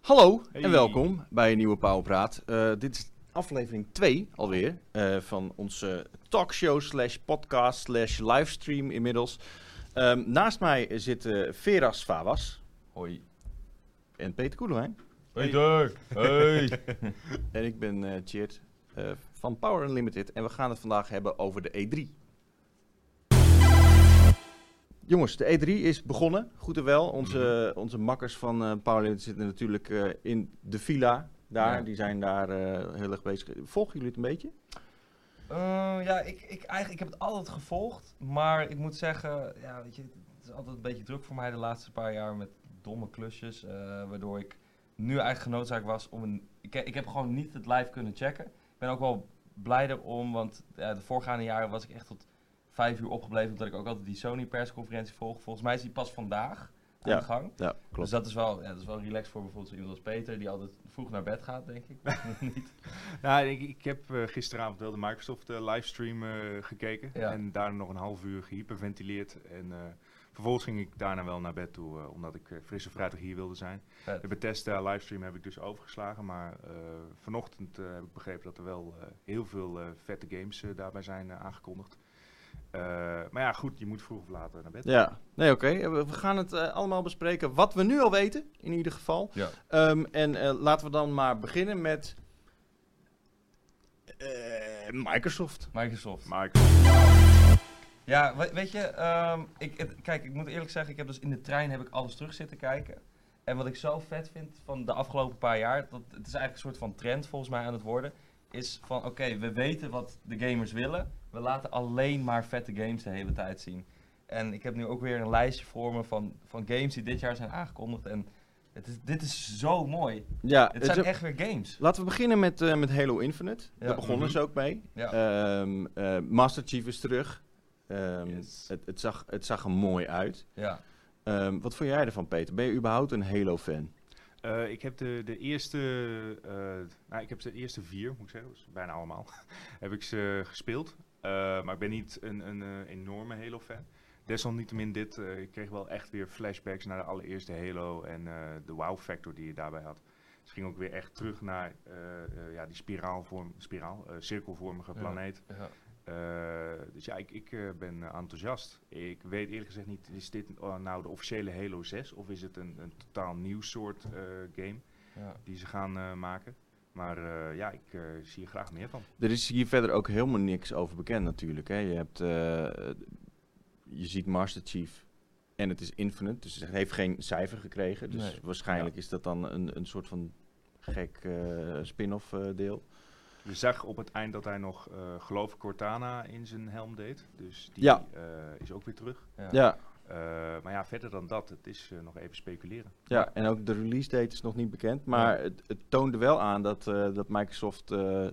Hallo Hey. en welkom bij een nieuwe Powerpraat. Dit is aflevering 2 alweer van onze talkshow / podcast / livestream inmiddels. Naast mij zitten Veras Favas. Hoi. En Peter Koelewijn. Peter! Hey! En ik ben Tjeerd van Power Unlimited. En we gaan het vandaag hebben over de E3. Jongens, de E3 is begonnen, goed en wel. Onze makkers van Power Unlimited zitten natuurlijk in de villa daar. Ja. Die zijn daar heel erg bezig. Volgen jullie het een beetje? Ik heb het altijd gevolgd, maar ik moet zeggen, ja, weet je, het is altijd een beetje druk voor mij de laatste paar jaar met domme klusjes, waardoor ik nu eigenlijk genoodzaakt was om ik heb gewoon niet het live kunnen checken. Ik ben ook wel blij erom, want de voorgaande jaren was ik echt tot 5 uur opgebleven, omdat ik ook altijd die Sony persconferentie volg. Volgens mij is die pas vandaag aan de gang. Ja, klopt. Dus dat is wel relaxed voor bijvoorbeeld zo iemand als Peter, die altijd vroeg naar bed gaat, denk ik. Niet. Nou, ik heb gisteravond wel de Microsoft livestream gekeken. Ja. En daarna nog een half uur gehyperventileerd. En vervolgens ging ik daarna wel naar bed toe, omdat ik frisse vrijdag hier wilde zijn. Vet. De Bethesda livestream heb ik dus overgeslagen. Maar vanochtend heb ik begrepen dat er wel heel veel vette games daarbij zijn aangekondigd. Maar ja, goed, je moet vroeg of later naar bed. Ja, nee, oké. We gaan het allemaal bespreken. Wat we nu al weten, in ieder geval. Ja. Laten we dan maar beginnen met Microsoft. Microsoft. Microsoft. Ja, weet je, kijk, ik moet eerlijk zeggen, ik heb dus in de trein heb ik alles terug zitten kijken. En wat ik zo vet vind van de afgelopen paar jaar, het is eigenlijk een soort van trend volgens mij aan het worden, is van oké, we weten wat de gamers willen, we laten alleen maar vette games de hele tijd zien. En ik heb nu ook weer een lijstje voor me van games die dit jaar zijn aangekondigd en dit is zo mooi. Ja, Het zijn echt weer games. Laten we beginnen met Halo Infinite. Ja. Daar begonnen ze ook mee. Ja. Master Chief is terug. Yes. Het zag er mooi uit. Ja. Wat vond jij ervan, Peter? Ben je überhaupt een Halo-fan? Ik heb de eerste 4, moet ik zeggen, dus bijna allemaal, heb ik ze gespeeld. Maar ik ben niet een enorme Halo-fan. Desalniettemin ik kreeg wel echt weer flashbacks naar de allereerste Halo en de wow-factor die je daarbij had. Dus het ging ook weer echt terug naar die cirkelvormige planeet. Ja. Dus ja, ik ben enthousiast. Ik weet eerlijk gezegd niet, is dit nou de officiële Halo 6 of is het een totaal nieuw soort game die ze gaan maken? Maar ik zie er graag meer van. Er is hier verder ook helemaal niks over bekend natuurlijk. Hè? Je ziet Master Chief en het is Infinite, dus het heeft geen cijfer gekregen. Dus Nee. waarschijnlijk is dat dan een soort van gek spin-off deel. Je zag op het eind dat hij nog, geloof ik, Cortana in zijn helm deed. Dus die Ja. is ook weer terug. Ja, Maar ja, verder dan dat, het is nog even speculeren. ja, en ook de release date is nog niet bekend. Maar het toonde wel aan dat Microsoft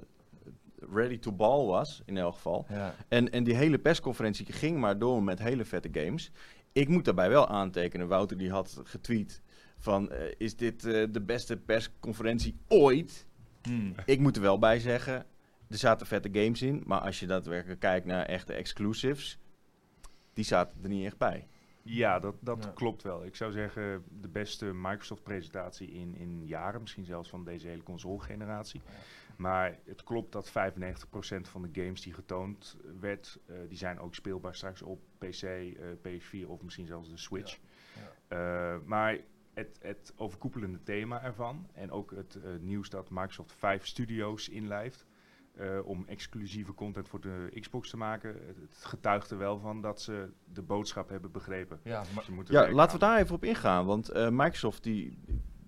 ready to ball was, in elk geval. Ja. En die hele persconferentie ging maar door met hele vette games. Ik moet daarbij wel aantekenen, Wouter die had getweet van, is dit de beste persconferentie ooit? Ik moet er wel bij zeggen, er zaten vette games in, maar als je daadwerkelijk kijkt naar echte exclusives, die zaten er niet echt bij. Ja, dat Ja. klopt wel. Ik zou zeggen de beste Microsoft-presentatie in jaren, misschien zelfs van deze hele console-generatie. Maar het klopt dat 95% van de games die getoond werd, die zijn ook speelbaar straks op PC, PS4 of misschien zelfs de Switch. Ja. Maar het overkoepelende thema ervan en ook het nieuws dat Microsoft 5 studio's inlijft om exclusieve content voor de Xbox te maken. Het getuigt er wel van dat ze de boodschap hebben begrepen. Ja, maar Ze moeten Ja, werken laten we aan- daar even op ingaan, want Microsoft die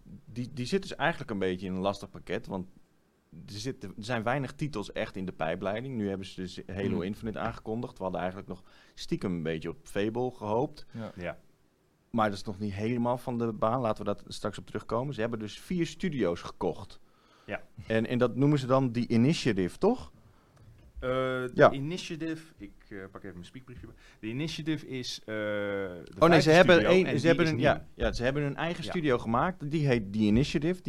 zit dus eigenlijk een beetje in een lastig pakket, want er zijn weinig titels echt in de pijpleiding. Nu hebben ze dus Halo Infinite aangekondigd. We hadden eigenlijk nog stiekem een beetje op Fable gehoopt. Ja. Maar dat is nog niet helemaal van de baan. Laten we dat straks op terugkomen. Ze hebben dus 4 studio's gekocht. Ja. En dat noemen ze dan die Initiative, toch? De Ja. Initiative, ik pak even mijn speakbriefje. De Initiative is Oh nee, ze hebben ze hebben een eigen Ja. studio gemaakt. Die heet The Initiative.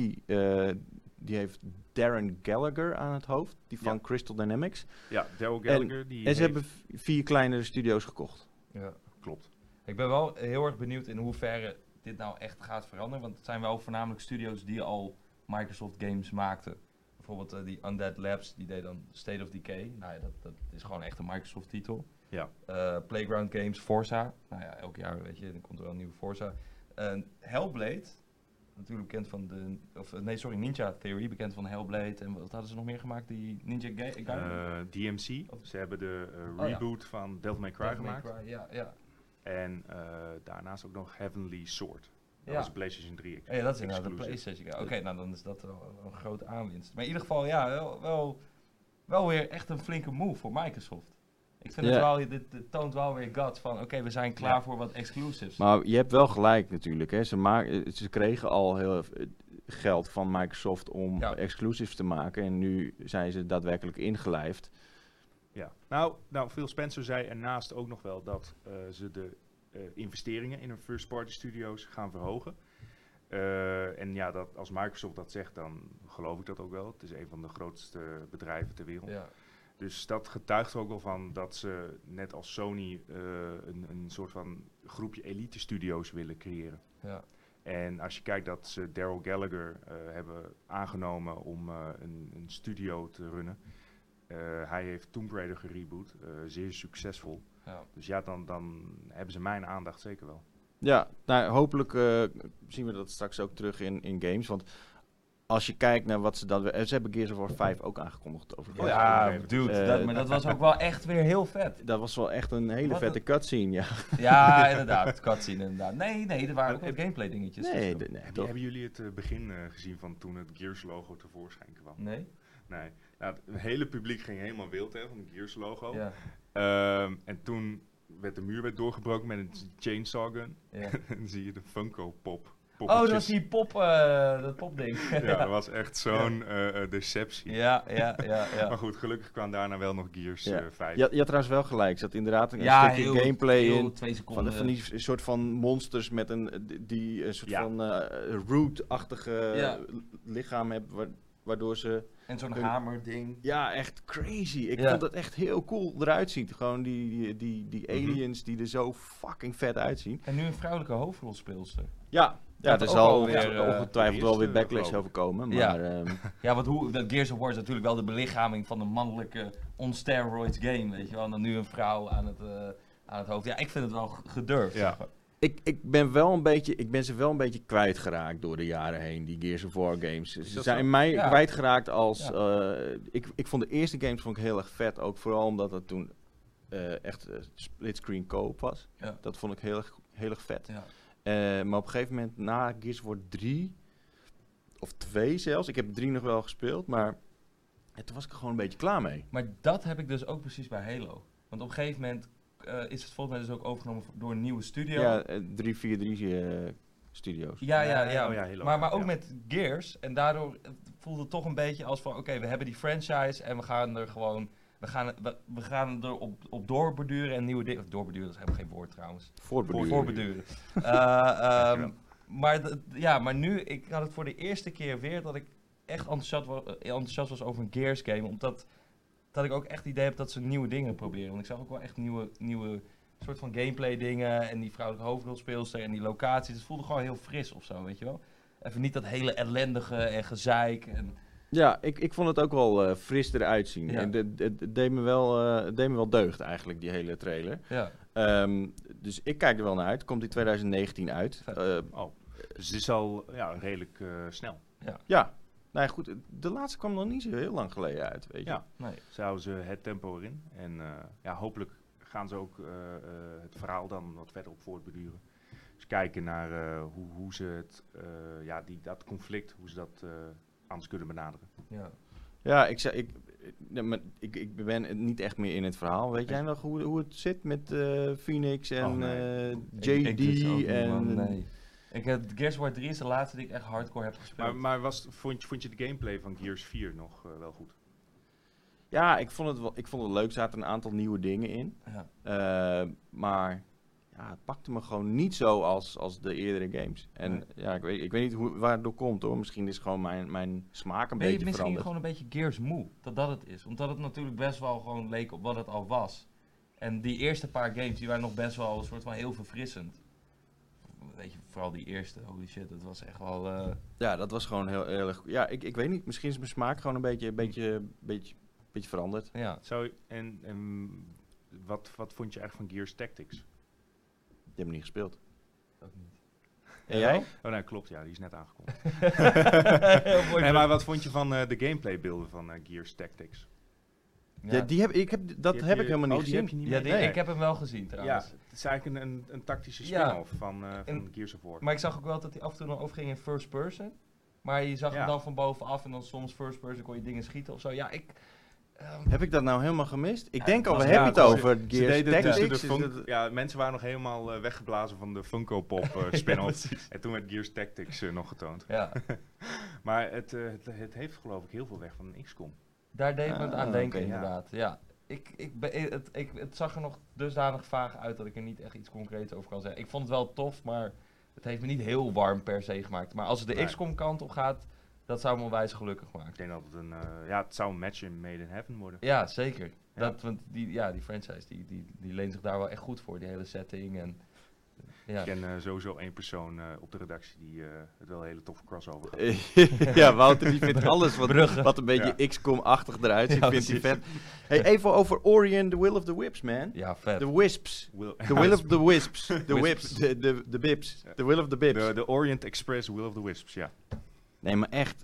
Die heeft Darren Gallagher aan het hoofd. Die van Ja. Crystal Dynamics. Ja, Daryl Gallagher. En ze hebben 4 kleinere studio's gekocht. ja. Klopt. Ik ben wel heel erg benieuwd in hoeverre dit nou echt gaat veranderen. Want het zijn wel voornamelijk studio's die al Microsoft games maakten. Bijvoorbeeld die Undead Labs, die deed dan State of Decay. Nou ja, dat is gewoon echt een Microsoft titel. Ja. Playground Games, Forza. Nou ja, elk jaar weet je, dan komt er wel een nieuwe Forza. Hellblade, natuurlijk bekend van Ninja Theory, bekend van Hellblade. En wat hadden ze nog meer gemaakt? Die Ninja Gaiden? DMC. Ze hebben de reboot van Devil May Cry gemaakt. Ja. En daarnaast ook nog Heavenly Sword. Dat Ja. was een PlayStation 3 Ja, dat is inderdaad de exclusive. PlayStation. Oké, nou dan is dat wel een grote aanwinst. Maar in ieder geval, ja, wel weer echt een flinke move voor Microsoft. Ik vind het wel, dit toont wel weer guts van, oké, we zijn klaar voor wat exclusives. Maar je hebt wel gelijk natuurlijk. Hè. Ze kregen al heel geld van Microsoft om exclusives te maken. En nu zijn ze daadwerkelijk ingelijfd. Ja. Nou, Phil Spencer zei ernaast ook nog wel dat ze de investeringen in hun first-party studio's gaan verhogen. En ja, dat, als Microsoft dat zegt, dan geloof ik dat ook wel. Het is een van de grootste bedrijven ter wereld. Ja. Dus dat getuigt er ook wel van dat ze, net als Sony, een soort van groepje elite studio's willen creëren. Ja. En als je kijkt dat ze Daryl Gallagher hebben aangenomen om een studio te runnen. Hij heeft Tomb Raider gereboot, zeer succesvol. Ja. Dus ja, dan hebben ze mijn aandacht zeker wel. Ja, nou, hopelijk zien we dat straks ook terug in games. Want als je kijkt naar wat ze dan... Ze hebben Gears of War 5 ook aangekondigd overigens. Ja, dude, maar dat was ook wel echt weer heel vet. Dat was wel echt een hele vette cutscene, ja. Ja, inderdaad, cutscene inderdaad. Nee, er waren ook wat gameplay dingetjes. Nee, hebben jullie het begin gezien van toen het Gears logo tevoorschijn kwam? Nee. Nou, het hele publiek ging helemaal wild van het Gears logo. Ja. En toen werd de muur doorgebroken met een chainsaw gun. Ja. En zie je de Funko Pop. Oh, dat was die dat popding. Ja, dat was echt zo'n deceptie. Ja. Maar goed, gelukkig kwam daarna wel nog Gears 5. Je had trouwens wel gelijk. Er zat inderdaad een stukje gameplay in. 2 seconden. Van die soort van monsters met een soort van root-achtige lichaam hebben, waardoor ze... En zo'n hamerding. Ja, echt crazy. Ik vond het echt heel cool eruit zien. Gewoon die aliens die er zo fucking vet uitzien. En nu een vrouwelijke hoofdrolspeelster. Ja, er zal ongetwijfeld wel weer backlash geloof over komen. Maar, ja, want dat Gears of War is natuurlijk wel de belichaming van een mannelijke on-steroids game, weet je wel. En dan nu een vrouw aan het hoofd. Ja, ik vind het wel gedurfd. Ja. Ik ben ze wel een beetje kwijtgeraakt door de jaren heen, die Gears of War games. Ze zijn mij kwijtgeraakt als... Ik vond de eerste games heel erg vet, ook vooral omdat het toen echt splitscreen co-op was. Ja. Dat vond ik heel erg vet. Ja. Maar op een gegeven moment, na Gears of War 3, of 2 zelfs, ik heb 3 nog wel gespeeld, maar toen was ik er gewoon een beetje klaar mee. Maar dat heb ik dus ook precies bij Halo. Want op een gegeven moment is het volgens mij dus ook overgenomen door een nieuwe studio. Ja, 343 studio's. Ja. Maar ook met Gears. En daardoor voelde het toch een beetje als van... Oké, we hebben die franchise en we gaan er gewoon... We gaan er op doorborduren en nieuwe dingen... Doorborduren, dat is helemaal geen woord trouwens. Voorborduren. Maar nu, ik had het voor de eerste keer weer dat ik echt enthousiast was over een Gears game. Omdat dat ik ook echt het idee heb dat ze nieuwe dingen proberen. Want ik zag ook wel echt nieuwe soort van gameplay dingen. En die vrouwelijke hoofdrolspeelster en die locaties. Het voelde gewoon heel fris of zo, weet je wel. Even niet dat hele ellendige en gezeik. Ja, ik vond het ook wel fris eruit zien. Ja. En het deed me wel deugd eigenlijk, die hele trailer. Ja. Dus ik kijk er wel naar uit. Komt in 2019 uit. Dus het is al redelijk snel. Ja. Nou ja, goed. De laatste kwam nog niet zo heel lang geleden uit, weet je. Ja, ze houden ze het tempo erin. En hopelijk gaan ze ook het verhaal dan wat verder op voortbeduren. Dus kijken naar hoe ze het, dat conflict, hoe ze dat anders kunnen benaderen. Ja, ik ben niet echt meer in het verhaal. Weet jij nog hoe het zit met Phoenix en JD? Nee. Gears of War 3 is de laatste die ik echt hardcore heb gespeeld. Maar vond je de gameplay van Gears 4 nog wel goed? Ja, ik vond het leuk. Er zaten een aantal nieuwe dingen in. Ja. Maar het pakte me gewoon niet zo als de eerdere games. En ik weet niet waar het door komt hoor. Misschien is gewoon mijn smaak een beetje veranderd. Misschien gewoon een beetje Gears moe, dat het is. Omdat het natuurlijk best wel gewoon leek op wat het al was. En die eerste paar games die waren nog best wel een soort van heel verfrissend. weet je, vooral die eerste, holy shit, dat was echt wel... Ja, dat was gewoon heel erg... Ja, ik weet niet. Misschien is mijn smaak gewoon een beetje veranderd. Ja. En wat vond je eigenlijk van Gears Tactics? Die hebben niet gespeeld. Ook niet. En jij? Oh nee, klopt, ja, die is net aangekondigd. Heel mooi. Nee, maar wat vond je van de gameplaybeelden van Gears Tactics? Ja, die heb ik helemaal niet gezien. Heb je niet Ja, mee? ik heb hem wel gezien Ja, trouwens. het is eigenlijk een tactische Ja. spin-off van Gears of War. Maar ik zag ook wel dat hij af en toe dan overging in first person. Maar je zag hem dan van bovenaf en dan soms first person kon je dingen schieten of zo. Ja, Heb ik dat nou helemaal gemist? Ik Ja, denk al, het we was- hebben ja, het het over Ze Gears deden tussen Tactics. de Is dat- ja, mensen waren nog helemaal weggeblazen van de Funko Pop spin-off. En toen werd Gears Tactics nog getoond. ja. Maar het heeft geloof ik heel veel weg van een XCOM. Daar deed me het aan denken oké, ja. inderdaad. Ja. Het zag er nog dusdanig vaag uit dat ik er niet echt iets concreets over kan zeggen. Ik vond het wel tof, maar het heeft me niet heel warm per se gemaakt. Maar als het de Nee. XCOM kant op gaat, dat zou me onwijs gelukkig Ik maken. denk dat het het zou een match in Made in Heaven worden. Ja, zeker. Ja. Want die franchise die leent zich daar wel echt goed voor, die hele setting. En, ja. Ik ken sowieso één persoon op de redactie die het wel een hele toffe crossover gaat. Ja, Wouter die vindt alles Bruggen. wat een beetje XCOM-achtig eruit ziet, Ja, vindt hij precies. vet. Hey, even over Ori and the Will of the Wisps, man. Ja, vet. The Wisps. The Will of the Wisps. The Whips. De Bips. The Will of the Bips. De Orient Express Will of the Wisps, ja. Nee, maar echt,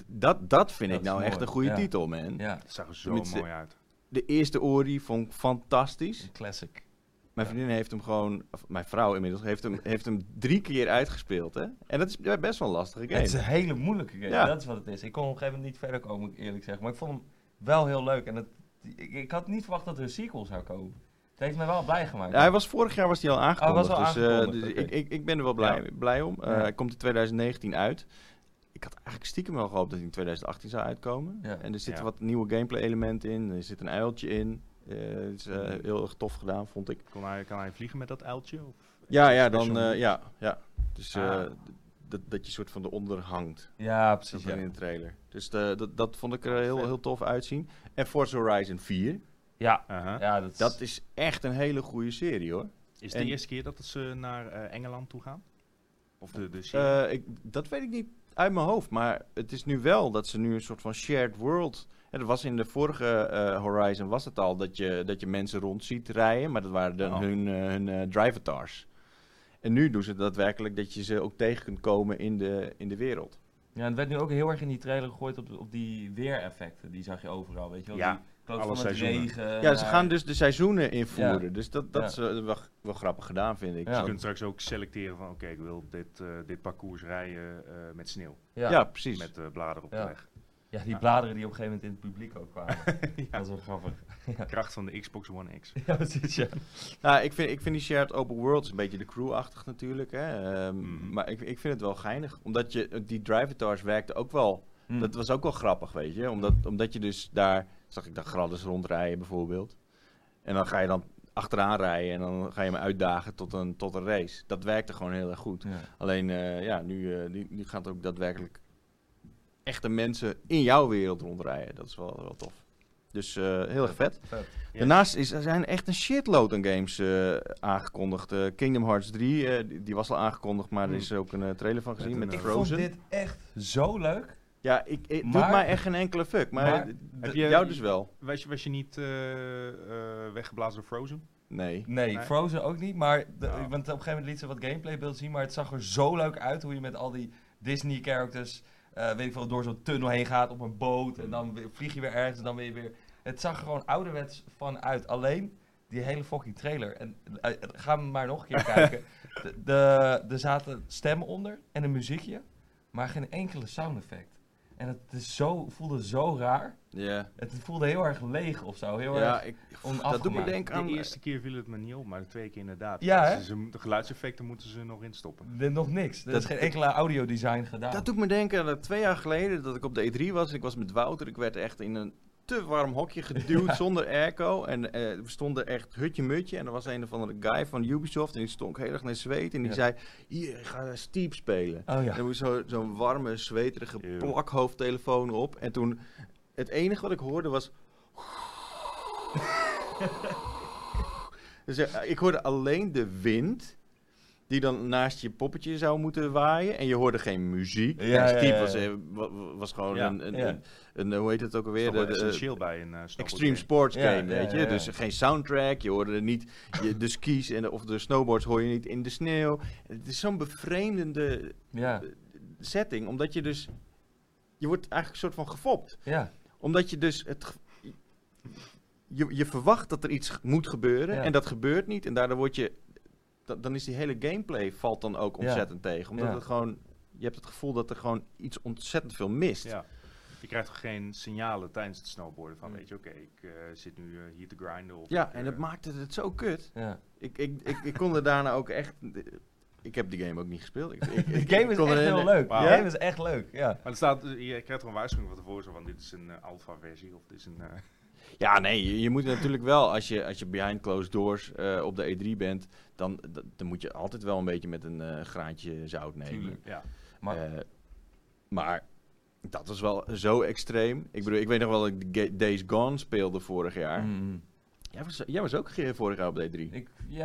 dat vind ik is nou mooi, echt een goede ja. titel, man. Ja, Het zag er zo Tenminste, mooi uit. De eerste Ori vond ik fantastisch. een classic. Mijn vriendin heeft hem gewoon, of mijn vrouw inmiddels, heeft hem 3 keer uitgespeeld, hè. En dat is best wel een lastige game. Het is een hele moeilijke game, Ja. dat is wat het is. Ik kon op een gegeven moment niet verder komen, moet ik eerlijk zeggen. Maar ik vond hem wel heel leuk. En ik had niet verwacht dat er een sequel zou komen. Het heeft me wel blij gemaakt. Ja, vorig jaar was hij al aangekondigd, was al dus, aangekondigd, dus oké. ik ben er wel blij om. Ja. Hij komt in 2019 uit. Ik had eigenlijk stiekem wel gehoopt dat hij in 2018 zou uitkomen. Ja. En er zitten Ja. wat nieuwe gameplay elementen in. Er zit een uiltje in. Het is heel erg tof gedaan, vond ik. Kan hij vliegen met dat uiltje? Of Ja, special dan, moves? ja. Dus Ah. dat je soort van eronder hangt. Ja, Dat precies. in Ja. de trailer. Dus dat vond ik er heel, Vet. heel tof uitzien. En Forza Horizon 4. Ja, Aha. ja, Dat is echt een hele goede serie, hoor. Is het En- de eerste keer dat ze naar Engeland toe gaan? Of de serie? Dat weet ik niet uit mijn hoofd. Maar het is nu wel dat ze nu een soort van shared world... Ja, dat was in de vorige Horizon was het al dat je mensen rond ziet rijden. Maar dat waren dan Oh. hun drivatars. En nu doen ze daadwerkelijk dat je ze ook tegen kunt komen in de wereld. Ja, en het werd nu ook heel erg in die trailer gegooid op die weereffecten. Die zag je overal, weet je wel. Ja, Die kloot alle van het seizoenen. regen. Ja, ze gaan dus de seizoenen invoeren. Ja. Dus dat Ja. is wel grappig gedaan, vind ik. Ja. Je Zo- kunt straks ook selecteren van oké, ik wil dit parcours rijden met sneeuw. ja, precies. Met bladeren op Ja. de weg. Ja, die bladeren die op een gegeven moment in het publiek ook kwamen. Dat is wel grappig. Kracht van de Xbox One X. Ja, precies, ja. Nou, ik vind die shared open worlds een beetje de crew-achtig natuurlijk. Hè. Mhm. Maar ik vind het wel geinig. Omdat die drivatars werkten ook wel... Dat was ook wel grappig, weet je. Omdat je dus daar... Zag ik dan Gradders rondrijden bijvoorbeeld. En dan ga je dan achteraan rijden en dan ga je hem uitdagen tot een race. Dat werkte gewoon heel erg goed. Ja. Alleen, nu gaat ook daadwerkelijk echte mensen in jouw wereld rondrijden. Dat is wel tof. Dus heel erg vet. Vet. Ja. Daarnaast er zijn echt een shitload aan games aangekondigd. Kingdom Hearts 3, die was al aangekondigd, maar er is ook een trailer van gezien met Ik Frozen. vond dit echt zo leuk. Ja, het doet Maar- mij echt geen enkele fuck, maar Heb je- jou dus wel. Was je niet weggeblazen door Frozen? Nee. Nee, Nee. Frozen ook niet, maar Ja. want op een gegeven moment liet ze wat gameplaybeelden zien, maar het zag er zo leuk uit hoe je met al die Disney-characters, weet ik veel, door zo'n tunnel heen gaat op een boot en dan vlieg je weer ergens en dan weer... Het zag er gewoon ouderwets van uit. Alleen die hele fucking trailer. En ga maar nog een keer kijken. Er zaten stemmen onder en een muziekje, maar geen enkele sound effect. En het is voelde zo raar. Ja, Het voelde heel erg leeg of zo. Heel ja erg dat doet me onafgemaakt. denken aan... De eerste keer viel het me niet op, maar de tweede keer inderdaad. Ja, hè? De geluidseffecten moeten ze nog instoppen. Nog niks. Er Dat- is geen enkele audiodesign gedaan. Dat doet me denken aan 2 jaar geleden dat ik op de E3 was. Ik was met Wouter. Ik werd echt in een te warm hokje geduwd zonder airco. En we stonden echt hutje-mutje. En er was een of andere guy van Ubisoft. En die stonk heel erg naar zweet. En die Ja. zei, hier, ik ga Steep spelen. Oh ja. En dan moest zo'n warme, zweterige Eeuw. plakhoofdtelefoon op. En toen, het enige wat ik hoorde was... Dus ik hoorde alleen de wind. die dan naast je poppetje zou moeten waaien. En je hoorde geen muziek. Ja, Steve ja. was gewoon Ja. een, hoe heet het ook Dat alweer? is toch wel essentieel bij een snowboard Extreme game. sports Ja, game, weet je. ja. Dus geen soundtrack, je hoorde er niet... de skis of de snowboards hoor je niet in de sneeuw. Het is zo'n bevreemdende setting, omdat je dus... Je wordt eigenlijk een soort van gefopt. Ja. Omdat je dus je verwacht dat er iets moet gebeuren en dat gebeurt niet. En daardoor word je... Dan is die hele gameplay valt dan ook ontzettend tegen. Omdat het gewoon... Je hebt het gevoel dat er gewoon iets ontzettend veel mist. Ja. Je krijgt toch geen signalen tijdens het snowboarden van, weet je, oké, ik zit nu hier te grinden. Of en het maakte het zo kut. Ja. Ik kon er daarna ook echt... Ik heb die game ook niet gespeeld. De game is echt heel leuk. Wow. De game is echt leuk, ja. Maar er staat, je krijgt er een waarschuwing van tevoren, zo van, dit is een alpha versie of dit is een... Ja, nee, je moet natuurlijk wel, als je behind closed doors op de E3 bent, dan moet je altijd wel een beetje met een graantje zout nemen. Tuurlijk. Ja. Maar dat was wel zo extreem. Ik bedoel, ik weet nog wel dat ik Days Gone speelde vorig jaar. Mm. Jij was ook vorig jaar op de E3.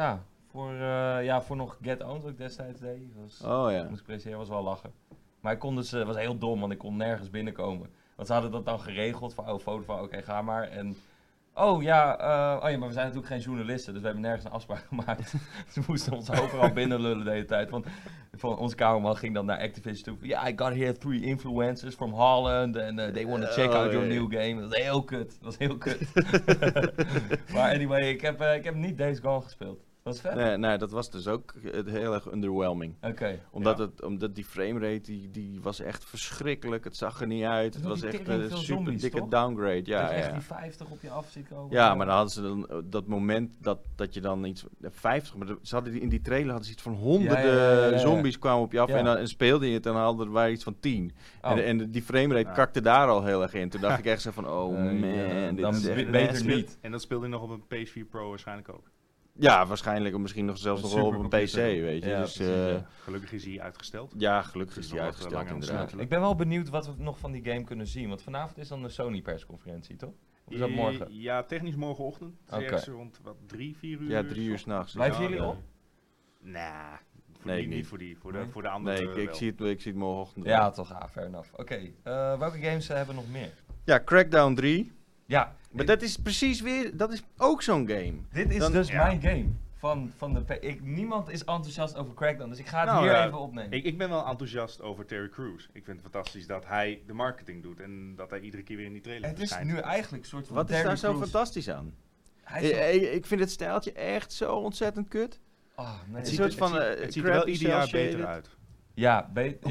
Voor nog Get Owned wat ik destijds deed. Oh ja. Moest ik presenteren, was wel lachen. Maar ik kon dus, was heel dom, want ik kon nergens binnenkomen. Want ze hadden dat dan geregeld voor foto van, oké, ga maar. En maar we zijn natuurlijk geen journalisten, dus we hebben nergens een afspraak gemaakt. Ze moesten ons overal binnenlullen de hele tijd. Want onze kamerman ging dan naar Activision toe. I got here 3 influencers from Holland and they want to check out your new game. Dat was heel kut. Maar anyway, ik heb niet Days Gone gespeeld. Dat is vet. Nee, dat was dus ook heel erg underwhelming. Oké. Omdat die framerate, die was echt verschrikkelijk. Het zag er niet uit. Het was echt een super zombies, dikke toch? downgrade. Ja, Dat je echt die 50 op je af ziet komen. Ja, maar dan hadden ze dan, dat moment dat je dan iets... 50, maar ze hadden in die trailer hadden ze iets van honderden zombies kwamen op je af. Ja. En speelde je het en dan hadden er waren iets van 10. Oh. En die framerate kakte daar al heel erg in. Toen dacht ik echt zo van, man, dit dan is echt beter nasty. niet. En dat speelde je nog op een PS4 Pro waarschijnlijk ook. Ja, waarschijnlijk. Of misschien nog zelfs Een nog wel op een PC, supercomputer. weet je. Ja, Dus, precies, Gelukkig is hij uitgesteld. ja, gelukkig Dus is die nog wat uitgesteld langer inderdaad. Ja, ik ben wel benieuwd wat we nog van die game kunnen zien. Want vanavond is dan de Sony persconferentie, toch? Of is dat morgen? Ja, technisch morgenochtend. Oké. Ergens rond 3, 4 uur. Ja, 3 uur 's nachts. Blijven jullie op? Nah, Nee, niet niet. voor de andere. Nee, ik zie het morgenochtend. Ja, toch. Fair enough. Oké, welke games hebben we nog meer? Ja, Crackdown 3. Ja, Maar dat is precies weer... Dat is ook zo'n game. dit is Dan- dus ja. mijn game. Van niemand is enthousiast over Crackdown, dus ik ga het Nou, hier ja, even opnemen. Ik ben wel enthousiast over Terry Crews. Ik vind het fantastisch dat hij de marketing doet en dat hij iedere keer weer in die trailer Het is verschijnt. nu eigenlijk een soort van Wat is Terry daar zo Crews. fantastisch aan? Hij is zo- Ik vind het stijltje echt zo ontzettend kut. Oh, nee. Het is een soort van het ziet er wel ieder jaar beter uit. Ja,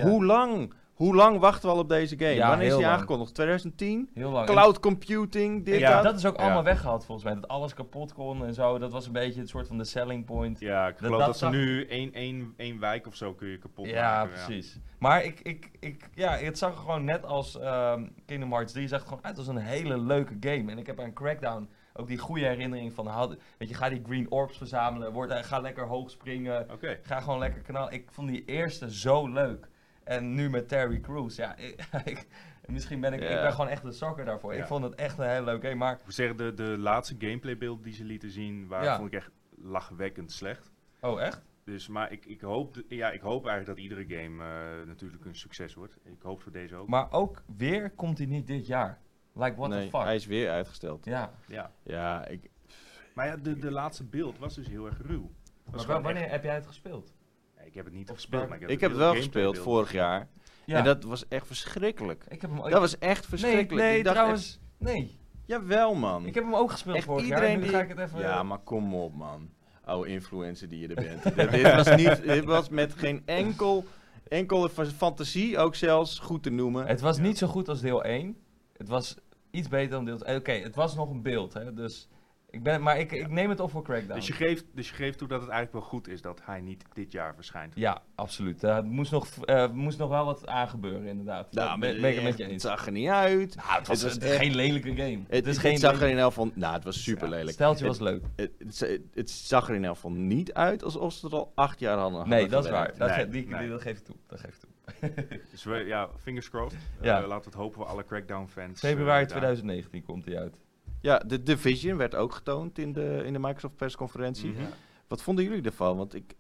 Hoe lang wachten we al op deze game? Ja, Wanneer is heel die lang. aangekondigd? 2010? heel lang. Cloud computing, dit, Ja, dat. dat is ook allemaal Ja. weggehaald volgens mij. Dat alles kapot kon en zo. Dat was een beetje het soort van de selling point. Ja, ik geloof dat dat ze zag- nu één wijk of zo kun je kapot Ja, maken. precies. Maar het zag er gewoon net als Kingdom Hearts 3, zag het gewoon uit als een hele leuke game. En ik heb aan Crackdown ook die goede herinnering van, weet je, ga die green orbs verzamelen, ga lekker hoog springen, Oké. ga gewoon lekker knallen. Ik vond die eerste zo leuk. En nu met Terry Crews, ja, misschien ben ik ben gewoon echt een sokker daarvoor. Ja. Ik vond het echt een hele leuke game, maar... Ik moet zeggen, de laatste gameplaybeelden die ze lieten zien, vond ik echt lachwekkend slecht. Oh, echt? Dus, maar ik hoop eigenlijk dat iedere game natuurlijk een succes wordt. Ik hoop voor deze ook. Maar ook weer komt hij niet dit jaar. Like, what the Nee, fuck? hij is weer uitgesteld. Ja. Ja. Ja, Maar ja, de laatste beeld was dus heel erg ruw. Maar wanneer heb jij het gespeeld? Ik heb het niet Of gespeeld, maar ik heb het wel gespeeld vorig jaar. Ja. En dat was echt verschrikkelijk. Ik heb hem ook... Dat was echt verschrikkelijk. Nee, Ik dacht trouwens... echt, Nee. jawel, man. Ik heb hem ook gespeeld Echt vorig jaar. iedereen Nu die- ga ik het even... Ja, maar kom op, man. Oude influencer die je er bent. dit was met geen enkele fantasie ook zelfs goed te noemen. Het was niet zo goed als deel 1. Het was iets beter dan deel 2. Oké, het was nog een beeld, hè. Dus... Ik neem het op voor Crackdown. Dus je geeft toe dat het eigenlijk wel goed is dat hij niet dit jaar verschijnt. Ja, absoluut. Er moest nog wel wat aangebeuren, inderdaad. Nou, Dat ben ik het met je het eens. zag er niet uit. Nou, het was echt- geen lelijke game. Het zag er in elk geval... Nou, het was super Het lelijk. steltje was leuk. Het zag er in elk geval niet uit alsof ze er al 8 jaar hadden. Nee, dat is waar. gewerkt. Dat geef ik toe. Dus fingers crossed. Ja. Laten we het hopen voor alle Crackdown-fans. Februari 2019 komt hij uit. Ja, de Division werd ook getoond in de Microsoft persconferentie. Mhm. Ja. Wat vonden jullie ervan? Want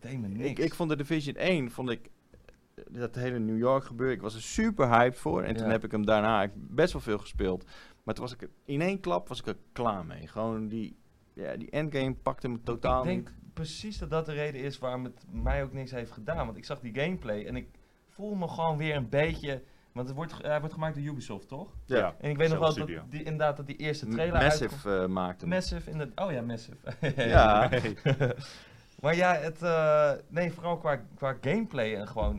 deed me niks. Ik vond de Division 1, dat hele New York gebeuren, ik was er super hyped voor. En toen heb ik hem daarna best wel veel gespeeld. Maar toen was ik in één klap was ik er klaar mee. Gewoon die endgame pakte me totaal niet. Ik denk precies dat de reden is waarom het mij ook niks heeft gedaan. Want ik zag die gameplay en ik voel me gewoon weer een beetje... Want hij wordt gemaakt door Ubisoft, toch? Ja. En ik weet nog wel Studio. dat die eerste trailer Massive maakte hem. Massive, oh ja, Massive. Ja. Maar ja, vooral qua gameplay en gewoon...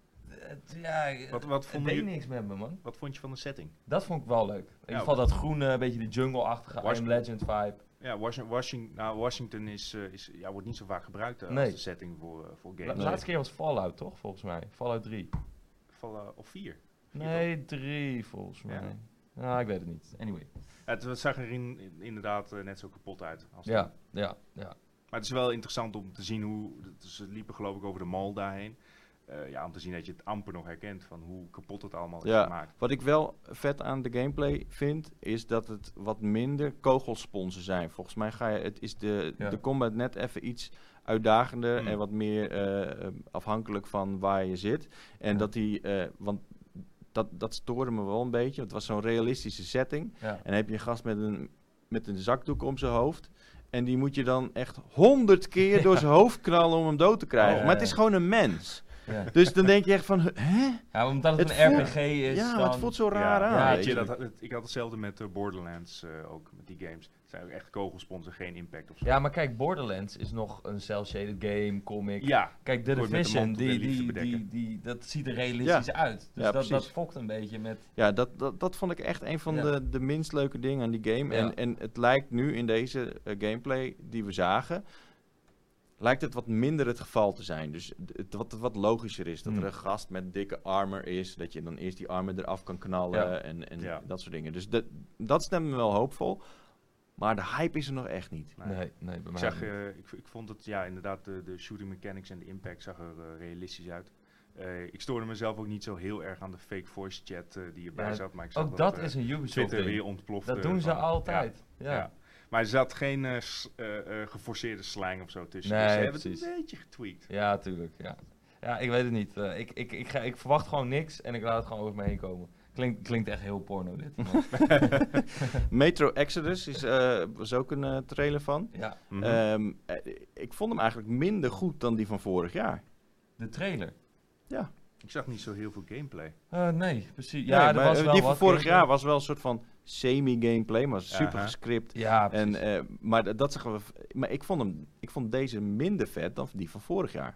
Wat het vond deed je? niks met me, man. Wat vond je van de setting? Dat vond ik wel leuk. In ieder geval dat groene, een beetje de jungle-achtige I Am Legend vibe. Ja, Washington wordt niet zo vaak gebruikt als de setting voor games. De laatste keer was Fallout, toch? Volgens mij. Fallout 3. Of 4? Nee, 3 volgens mij. Nou, ik weet het niet. Anyway. Het zag er inderdaad net zo kapot uit. Als Ja. Maar het is wel interessant om te zien hoe... Ze liepen geloof ik over de mall daarheen. Om te zien dat je het amper nog herkent van hoe kapot het allemaal is gemaakt. Wat ik wel vet aan de gameplay vind, is dat het wat minder kogelsponsen zijn. Volgens mij is de combat net even iets uitdagender en wat meer afhankelijk van waar je zit. En want dat stoorde me wel een beetje. Het was zo'n realistische setting. Ja. En dan heb je een gast met een zakdoek om zijn hoofd. En die moet je dan echt 100 keer door zijn hoofd knallen om hem dood te krijgen. Maar het is gewoon een mens. Ja. Dus dan denk je echt van, hè? Ja, omdat het een RPG is. Ja, maar het voelt zo raar aan. Ik had hetzelfde met Borderlands ook, met die games. Het zijn ook echt kogelsponsen, geen impact of zo. Ja, maar kijk, Borderlands is nog een cel-shaded game, comic. Ja. Kijk, The Division, dat ziet er realistisch uit. Dus dat fokt een beetje met... Ja, dat vond ik echt een van de minst leuke dingen aan die game. Ja. En het lijkt nu in deze gameplay die we zagen... lijkt het wat minder het geval te zijn. Dus wat logischer is. Dat er een gast met dikke armor is. Dat je dan eerst die armor eraf kan knallen. En dat soort dingen. Dus dat stemt me wel hoopvol. Maar de hype is er nog echt niet. Nee, bij mij ik vond het, inderdaad, de shooting mechanics en de impact zag er realistisch uit. Ik stoorde mezelf ook niet zo heel erg aan de fake voice chat die erbij zat. Maar ik zag ook dat is een Ubisoft ding. Weer ontploft. Dat doen ze altijd. Ja. Maar er zat geen geforceerde slang of zo tussen. Nee, dus ze hebben precies. het een beetje getweakt. Ja, tuurlijk. Ja, ik weet het niet. Ik verwacht gewoon niks en ik laat het gewoon over me heen komen. Klinkt echt heel porno dit. Metro Exodus was ook een trailer van. Ja. Ik vond hem eigenlijk minder goed dan die van vorig jaar. De trailer? Ja. Ik zag niet zo heel veel gameplay. Nee, precies. Ja, nee, was wel die van vorig jaar was wel een soort van semi-gameplay, maar super gescript. Ja, precies. Maar dat zeggen we. Maar ik vond deze minder vet dan die van vorig jaar.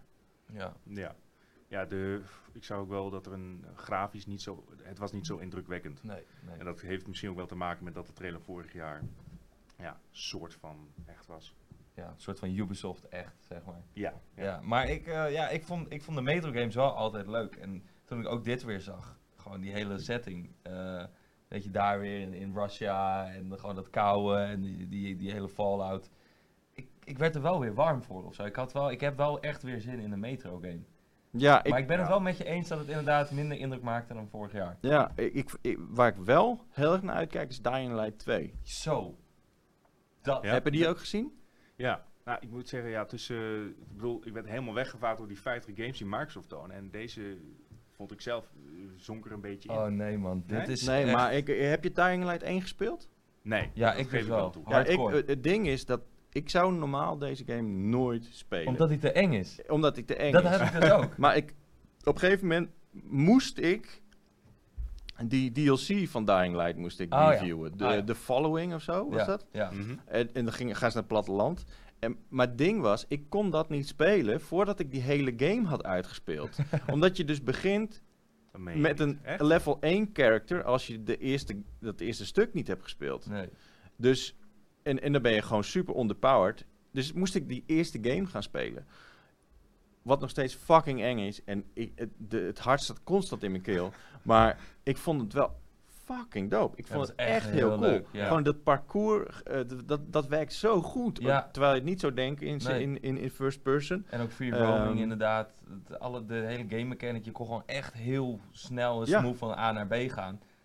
Ja, ik zag ook wel dat er grafisch niet zo... Het was niet zo indrukwekkend. Nee. En dat heeft misschien ook wel te maken met dat de trailer vorig jaar... soort van echt was. Ja, een soort van Ubisoft echt, zeg maar. Ja. Maar ik vond de Metro games wel altijd leuk. En toen ik ook dit weer zag, gewoon die hele setting... dat je daar weer in Russia en gewoon dat koude en die hele Fallout... Ik werd er wel weer warm voor of zo. Ik heb wel echt weer zin in een Metro game. Ja, maar ik ben het wel met je eens dat het inderdaad minder indruk maakte dan vorig jaar. Ja, waar ik wel heel erg naar uitkijk is Dying Light 2. Zo. Heb je die ook gezien? Ja. Nou, ik moet zeggen, ik werd helemaal weggevaagd door die 50 games die Microsoft tonen. En deze vond ik zelf zonk er een beetje in. Oh nee man, dit is nee, echt... maar heb je Dying Light 1 gespeeld? Nee. Ja, ik dus wel. Het ding is dat ik zou normaal deze game nooit spelen. Omdat hij te eng is? Omdat hij te eng is. Dat heb ik dus ook. Maar op een gegeven moment moest ik die DLC van Dying Light reviewen. The Following of zo, was dat? Ja. En dan gaan ze naar het platteland. Maar het ding was, ik kon dat niet spelen voordat ik die hele game had uitgespeeld. Omdat je dus begint met een level 1 character als je dat eerste stuk niet hebt gespeeld. Nee. Dus... En dan ben je gewoon super underpowered. Dus moest ik die eerste game gaan spelen. Wat nog steeds fucking eng is. En het hart staat constant in mijn keel. Maar ik vond het wel fucking dope. Ik vond het echt heel cool. Leuk, ja. Gewoon dat parcours, dat werkt zo goed. Ja. Terwijl je het niet zo denkt in first person. En ook free roaming inderdaad. De hele game mechanic. Je kon gewoon echt heel snel en smooth van A naar B gaan.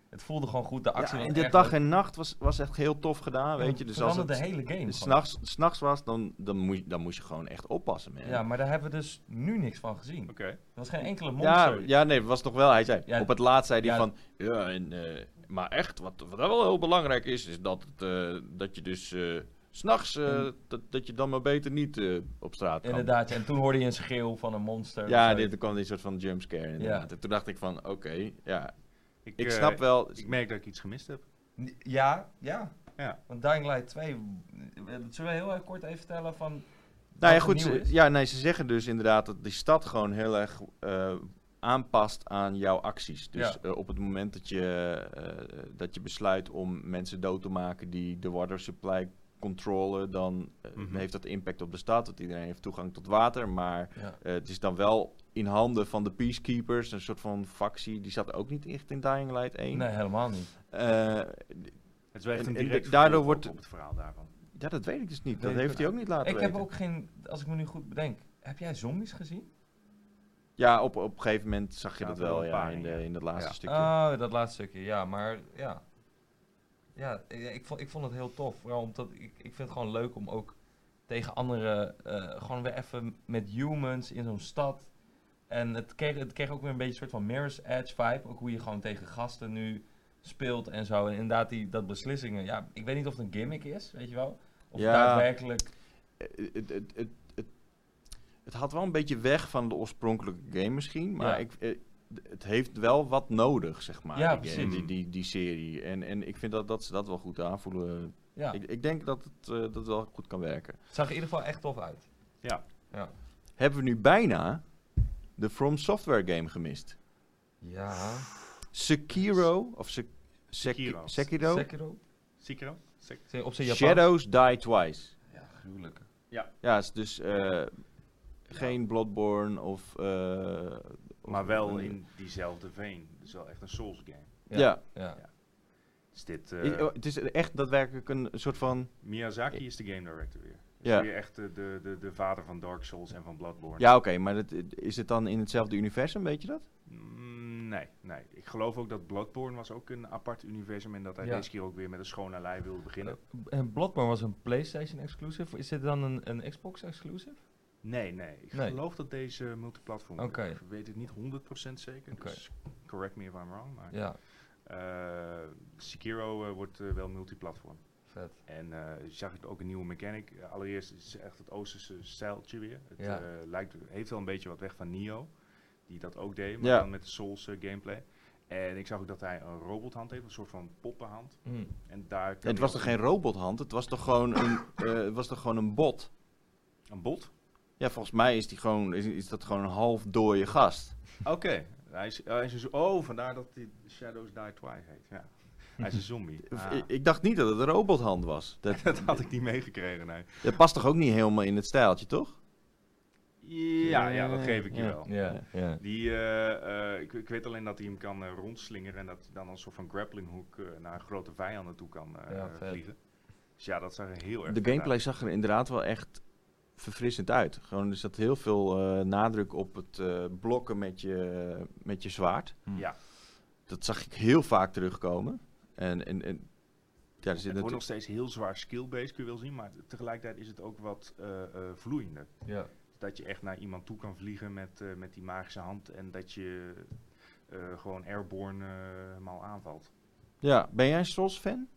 Het voelde gewoon goed, de actie Ja, was en de echt dag leuk. en nacht was echt heel tof gedaan, weet je. Dus als veranderde het de hele game. s gewoon. s'nachts was, dan moest je gewoon echt oppassen, man. Ja, maar daar hebben we dus nu niks van gezien. Oké. Er was geen enkele monster. Nee, was toch wel, hij zei, Ja. op het laatst zei hij Ja. van, maar echt, wat wel heel belangrijk is dat, dat je dus 's nachts, dat je dan maar beter niet op straat kan. Inderdaad, en toen hoorde je een schreeuw van een monster. Ja, of zo. er kwam die soort van jumpscare inderdaad. En toen dacht ik van, oké, ja, ik eh, snap wel. Ik merk dat ik iets gemist heb. Ja. Ja. Want Dying Light 2, zullen we heel erg kort even vertellen van... Nou ja, wat er goed, nieuw is? ze zeggen dus inderdaad dat die stad gewoon heel erg aanpast aan jouw acties. Dus op het moment dat je besluit om mensen dood te maken die de water supply controleren, dan heeft dat impact op de stad, want iedereen heeft toegang tot water, maar Ja. het is dan wel in handen van de Peacekeepers, een soort van factie, die zat ook niet echt in Dying Light 1. Nee, helemaal niet. Het is wel echt een en direct daardoor vervolg wordt- op het verhaal daarvan. Ja, dat weet ik dus niet. Dat Dat weet ik heeft hij ook niet laten Ik weten. heb ook geen, als ik me nu goed bedenk, heb jij zombies gezien? Ja, op een gegeven moment zag je Ja, dat wel wel, een ja, paar, ja. in dat laatste Ja. stukje. Oh, dat laatste stukje, ja, maar ja. Ja, ik vond het heel tof. Vooral omdat ik vind het gewoon leuk om ook tegen anderen, gewoon weer even met humans in zo'n stad. En het kreeg ook weer een beetje een soort van Mirror's Edge vibe. Ook hoe je gewoon tegen gasten nu speelt en zo. En inderdaad, dat beslissingen. Ja, ik weet niet of het een gimmick is, weet je wel. Of Ja. daadwerkelijk. Het had wel een beetje weg van de oorspronkelijke game misschien, maar Ja. het heeft wel wat nodig, zeg maar, Ja, die, game, precies. die serie. En ik vind dat ze dat wel goed aanvoelen. Ja, Ik denk dat het wel goed kan werken. het zag er in ieder geval echt tof uit. Ja. Ja. Hebben we nu bijna de From Software game gemist? Ja. Sekiro, of Sekiro. Sekiro? Sekiro? Sekiro? Op zijn Japans. Shadows Die Twice. Ja, gruwelijk. Ja, het is dus geen Bloodborne of Maar wel in diezelfde vein. Dus wel echt een Souls game. Ja. Ja. Is dit... Het is echt daadwerkelijk een soort van... Miyazaki is de game director weer. Is Ja. weer echt de vader van Dark Souls en van Bloodborne. Ja, oké, maar is het dan in hetzelfde universum, weet je dat? Nee. Ik geloof ook dat Bloodborne was ook een apart universum en dat hij Ja. deze keer ook weer met een schone lei wilde beginnen. En Bloodborne was een PlayStation exclusive. Is dit dan een Xbox exclusive? Nee. Ik Nee. geloof dat deze multiplatform Oké. Ik weet het niet 100% zeker, Oké. dus correct me if I'm wrong. Maar Ja, Sekiro wordt wel multiplatform. vet. En je zag ik ook een nieuwe mechanic. Allereerst is het echt het Oosterse stijltje weer. Het Ja. heeft wel een beetje wat weg van Nioh, die dat ook deed, maar Ja. dan met de Souls gameplay. En ik zag ook dat hij een robothand heeft, een soort van poppenhand. Mm. En daar kan Het hij was ook toch geen robothand? Het was toch gewoon een bot? een bot? Ja, volgens mij is dat gewoon een half dooie gast. Oké. Hij is vandaar dat hij Shadows Die Twice heet. Ja. Hij is een zombie. Ik dacht niet dat het een robothand was. Dat had ik niet meegekregen, nee. Dat past toch ook niet helemaal in het stijltje, toch? Ja, dat geef ik je Ja. wel. Ja, ja. Die, ik weet alleen dat hij hem kan rondslingeren en dat hij dan een soort van grapplinghoek naar grote vijanden toe kan Ja, vet. vliegen. Dus ja, dat zag er heel erg De vet gameplay uit. zag er inderdaad wel echt verfrissend uit. Gewoon, er zat heel veel nadruk op het blokken met je zwaard. Ja, Dat zag ik heel vaak terugkomen. En ja, er zit het wordt natuurlijk... nog steeds heel zwaar skill-based, kun je wel zien, maar tegelijkertijd is het ook wat vloeiender. Ja. Dat je echt naar iemand toe kan vliegen met die magische hand en dat je gewoon airborne mal aanvalt. Ja, ben jij een Souls-fan?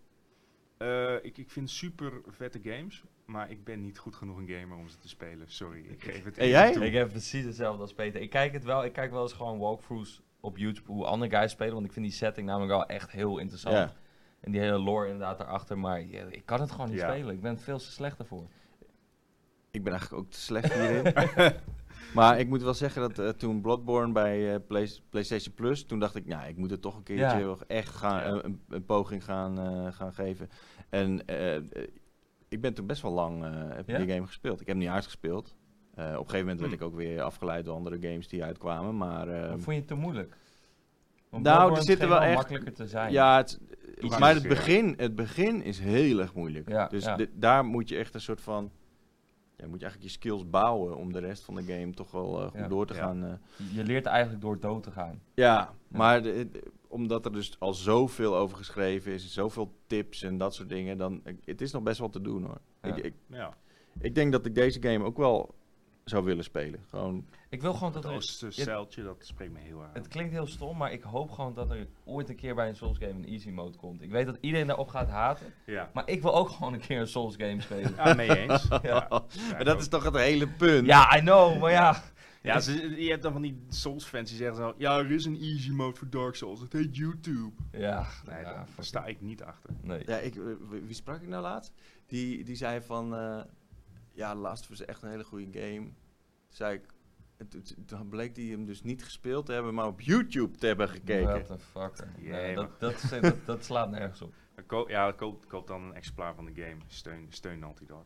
Ik vind super vette games, maar ik ben niet goed genoeg een gamer om ze te spelen. Sorry, ik geef het En even jij? toe. Ik heb precies hetzelfde als Peter. Ik kijk wel eens gewoon walkthroughs op YouTube hoe andere guys spelen, want ik vind die setting namelijk wel echt heel interessant. Ja. En die hele lore inderdaad daarachter, maar ja, ik kan het gewoon niet Ja. spelen. Ik ben veel te slecht ervoor. Ik ben eigenlijk ook te slecht hierin. Maar ik moet wel zeggen dat toen Bloodborne bij PlayStation Plus, toen dacht ik, nou, ik moet het toch een keertje echt een poging gaan geven. En ik ben toen best wel lang heb Ja? die game gespeeld. Ik heb hem niet uitgespeeld. Op een gegeven moment werd ik ook weer afgeleid door andere games die uitkwamen. Maar Of vond je het te moeilijk? Want nou, Bloodborne er zitten scheen wel echt... makkelijker te zijn. Ja, Iets maar moeilijker, het begin is heel erg moeilijk. Ja, Dus ja. daar moet je echt een soort van... Ja, moet je eigenlijk je skills bouwen om de rest van de game toch wel goed Ja. door te Ja. gaan. Je leert eigenlijk door dood te gaan. Ja, maar omdat er dus al zoveel over geschreven is, zoveel tips en dat soort dingen, dan het is nog best wel te doen hoor. Ja. Ik denk dat ik deze game ook wel zou willen spelen. Gewoon. Ik wil gewoon dat Dat er... Oosterzeiltje, dat spreekt me heel erg aan. Het klinkt heel stom, maar ik hoop gewoon dat er ooit een keer bij een Souls game een easy mode komt. Ik weet dat iedereen daarop gaat haten, Ja. maar ik wil ook gewoon een keer een Souls game spelen. Ja, mee eens. Ja. Maar dat is toch het hele punt. Ja, I know, maar ja. Ja, je hebt dan van die Souls-fans die zeggen zo... Ja, er is een easy mode voor Dark Souls. Het heet YouTube. Ja, Nee, ja, daar sta ik niet achter. nee. Ja, wie sprak ik nou laatst? Die zei van... ja, Last was echt een hele goede game. Toen zei ik... Toen bleek hij hem dus niet gespeeld te hebben, maar op YouTube te hebben gekeken. What the fucker. Jee, Nee, dat slaat nergens op. Koop dan een exemplaar van de game. Steun Naughty Dog.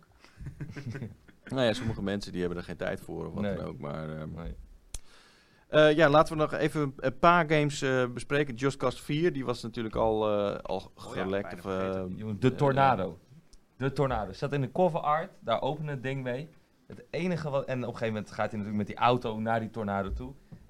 Nou ja, sommige mensen die hebben er geen tijd voor of wat Nee. dan ook. Maar Nee. ja, laten we nog even een paar games bespreken. Just Cause 4, die was natuurlijk al gelekt. bijna vergeten. Jongen, de Tornado. De Tornado. Zat in de cover art, daar opende het ding mee. Het enige wat... En op een gegeven moment gaat hij natuurlijk met die auto naar die tornado toe.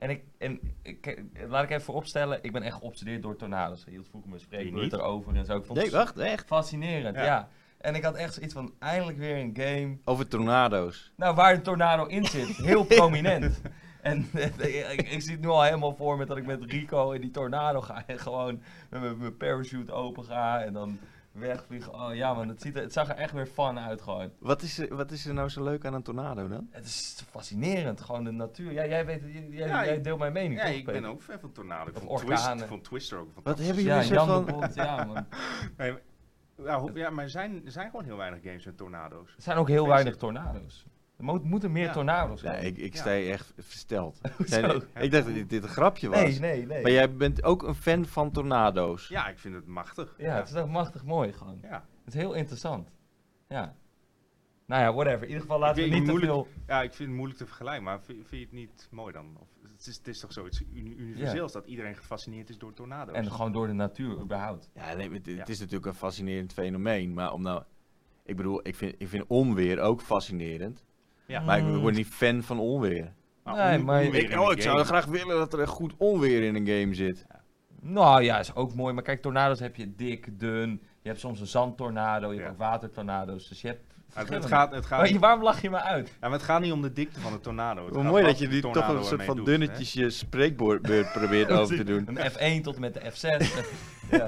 Laat ik even vooropstellen, ik ben echt geobsedeerd door tornado's. Je hield vroeger mijn spreekbeurt niet? erover en zo. Ik vond Nee, het wacht, echt? fascinerend, Ja. ja. En ik had echt zoiets van, eindelijk weer een game... Over tornado's. Nou, waar een tornado in zit. Heel prominent. En ik zie het nu al helemaal voor me dat ik met Rico in die tornado ga. En gewoon met mijn parachute open ga en dan wegvliegen. Oh ja man, het zag er echt weer fun uit gewoon. Wat is er nou zo leuk aan een tornado dan? Het is fascinerend, gewoon de natuur. Ja, Ja, jij deelt mijn mening, Ja, toch, ik ben Peter? ook fan van Tornado. Ik Of vond orkanen. vond Twister ook Wat fantastisch. hebben Ja, jullie zo Jan van... de Bond, ja man. Nee, maar er zijn gewoon heel weinig games met tornado's. Er zijn ook heel weinig tornado's. Er moeten meer Ja. tornado's Ja, zijn. ik Ja. sta hier echt versteld. Hoezo? Ik dacht dat dit een grapje was. Nee. Maar jij bent ook een fan van tornado's. Ja, ik vind het machtig. Ja, het is ook machtig mooi gewoon. Ja. Het is heel interessant. Ja. Nou ja, whatever. In ieder geval laten we Ik niet weet te niet, veel... Ja, ik vind het moeilijk te vergelijken, maar vind je het niet mooi dan? Of, het is toch zoiets universeels dat iedereen gefascineerd is door tornado's? En gewoon door de natuur überhaupt. Ja, nee, het is natuurlijk een fascinerend fenomeen. Maar ik bedoel, ik vind onweer ook fascinerend. Ja. Maar ik word niet fan van onweer. Nee, maar- onweer in een Ik zou game. graag willen dat er een goed onweer in een game zit. Nou ja, is ook mooi. Maar kijk, tornado's heb je dik, dun. Je hebt soms een zandtornado. Je hebt Ja. ook watertornado's. Dus je hebt... Het gaat, Waarom lach je me uit? ja, maar het gaat niet om de dikte van de tornado. Het Hoe gaat mooi wat dat je de nu toch tornado een soort ermee van doet, dunnetjes je spreekbeurt probeert over te doen. Een F1 tot en met de F6. Ja.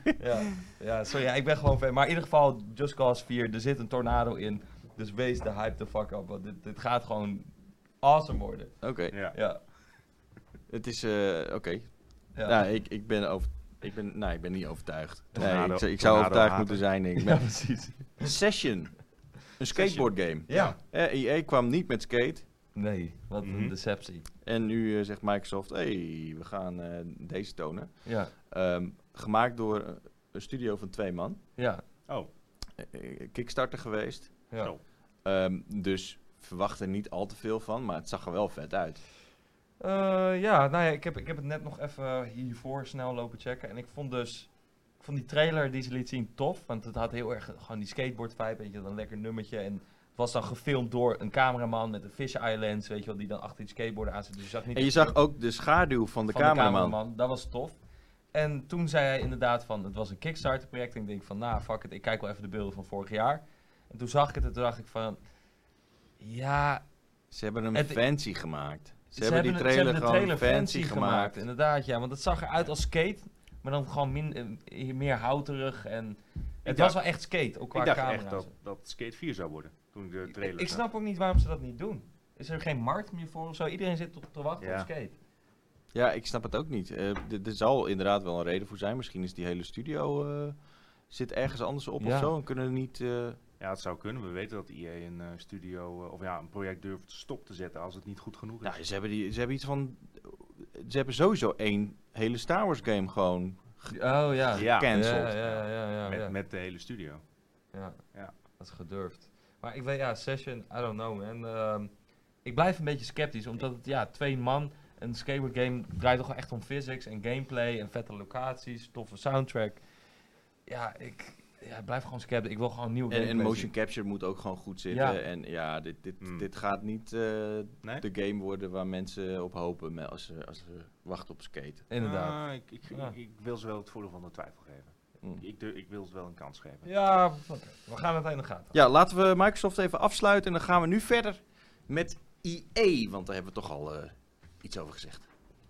Ja, sorry, ja, ik ben gewoon fan. Maar in ieder geval, Just Cause 4, er zit een tornado in. Dus wees de hype the fuck up. Want dit gaat gewoon awesome worden. Oké, hè? Ja. Ja. het is oké. Ja. Nou, ik ben niet overtuigd. Nee, Tornado- ik zou tornado overtuigd haten. moeten zijn. denk ik. Ja, precies. Session. Een skateboard game. Ja. EA kwam niet met skate. Nee, wat Mhm. een deceptie. En nu zegt Microsoft, we gaan deze tonen. Ja. Gemaakt door een studio van 2 man. Ja. Oh, Kickstarter geweest. Ja. Zo. Dus verwacht er niet al te veel van, maar het zag er wel vet uit. Ja, nou ja, ik heb het net nog even hiervoor snel lopen checken. En ik vond die trailer die ze liet zien tof. Want het had heel erg gewoon die skateboard vibe, weet je, dan een lekker nummertje. En het was dan gefilmd door een cameraman met een fisheye lens, weet je wel, die dan achter die skateboard aan zit. Dus je zag niet En je zag ook de schaduw van de cameraman. Dat was tof. En toen zei hij inderdaad van, het was een Kickstarter project. En ik denk van, nou fuck it, ik kijk wel even de beelden van vorig jaar. En toen zag ik het en toen dacht ik van, ja... Ze hebben hem Het- fancy gemaakt. Ze Ze hebben die trailer de gewoon trailer fancy gemaakt. inderdaad, ja. Want het zag eruit als skate, maar dan gewoon meer houterig. En het dacht- was wel echt skate, ook qua ik dacht camera's. echt dat Skate 4 zou worden. Toen ik de trailer Ik zag. snap ook niet waarom ze dat niet doen. Is er geen markt meer voor of zo? Iedereen zit te wachten Ja. op skate. Ja, ik snap het ook niet. Er zal inderdaad wel een reden voor zijn. Misschien is die hele studio zit ergens anders op Ja. of zo. En kunnen er niet... Ja, het zou kunnen. We weten dat EA een studio, of ja, een project durft stop te zetten als het niet goed genoeg is. Nou, ze hebben iets van... Ze hebben sowieso 1 hele Star Wars game gewoon Oh ja. Ja. gecanceld. Ja. Met de hele studio. Ja. Ja. Dat is gedurfd. Maar ik weet, ja, Session, I don't know man. Ik blijf een beetje sceptisch, omdat het, ja, 2 man, een skateboard game draait toch wel echt om physics en gameplay en vette locaties, toffe soundtrack. Ja, Ja, blijf gewoon sceptisch. Ik wil gewoon nieuwe En gameplay motion zien. capture moet ook gewoon goed zitten. Ja. En ja, dit gaat niet de game worden waar mensen op hopen als ze wachten op Skate. Inderdaad. Ik wil ze wel het voordeel van de twijfel geven. Ik wil ze wel een kans geven. Ja, oké. We gaan het in de gaten. Ja, laten we Microsoft even afsluiten en dan gaan we nu verder met EA, want daar hebben we toch al iets over gezegd.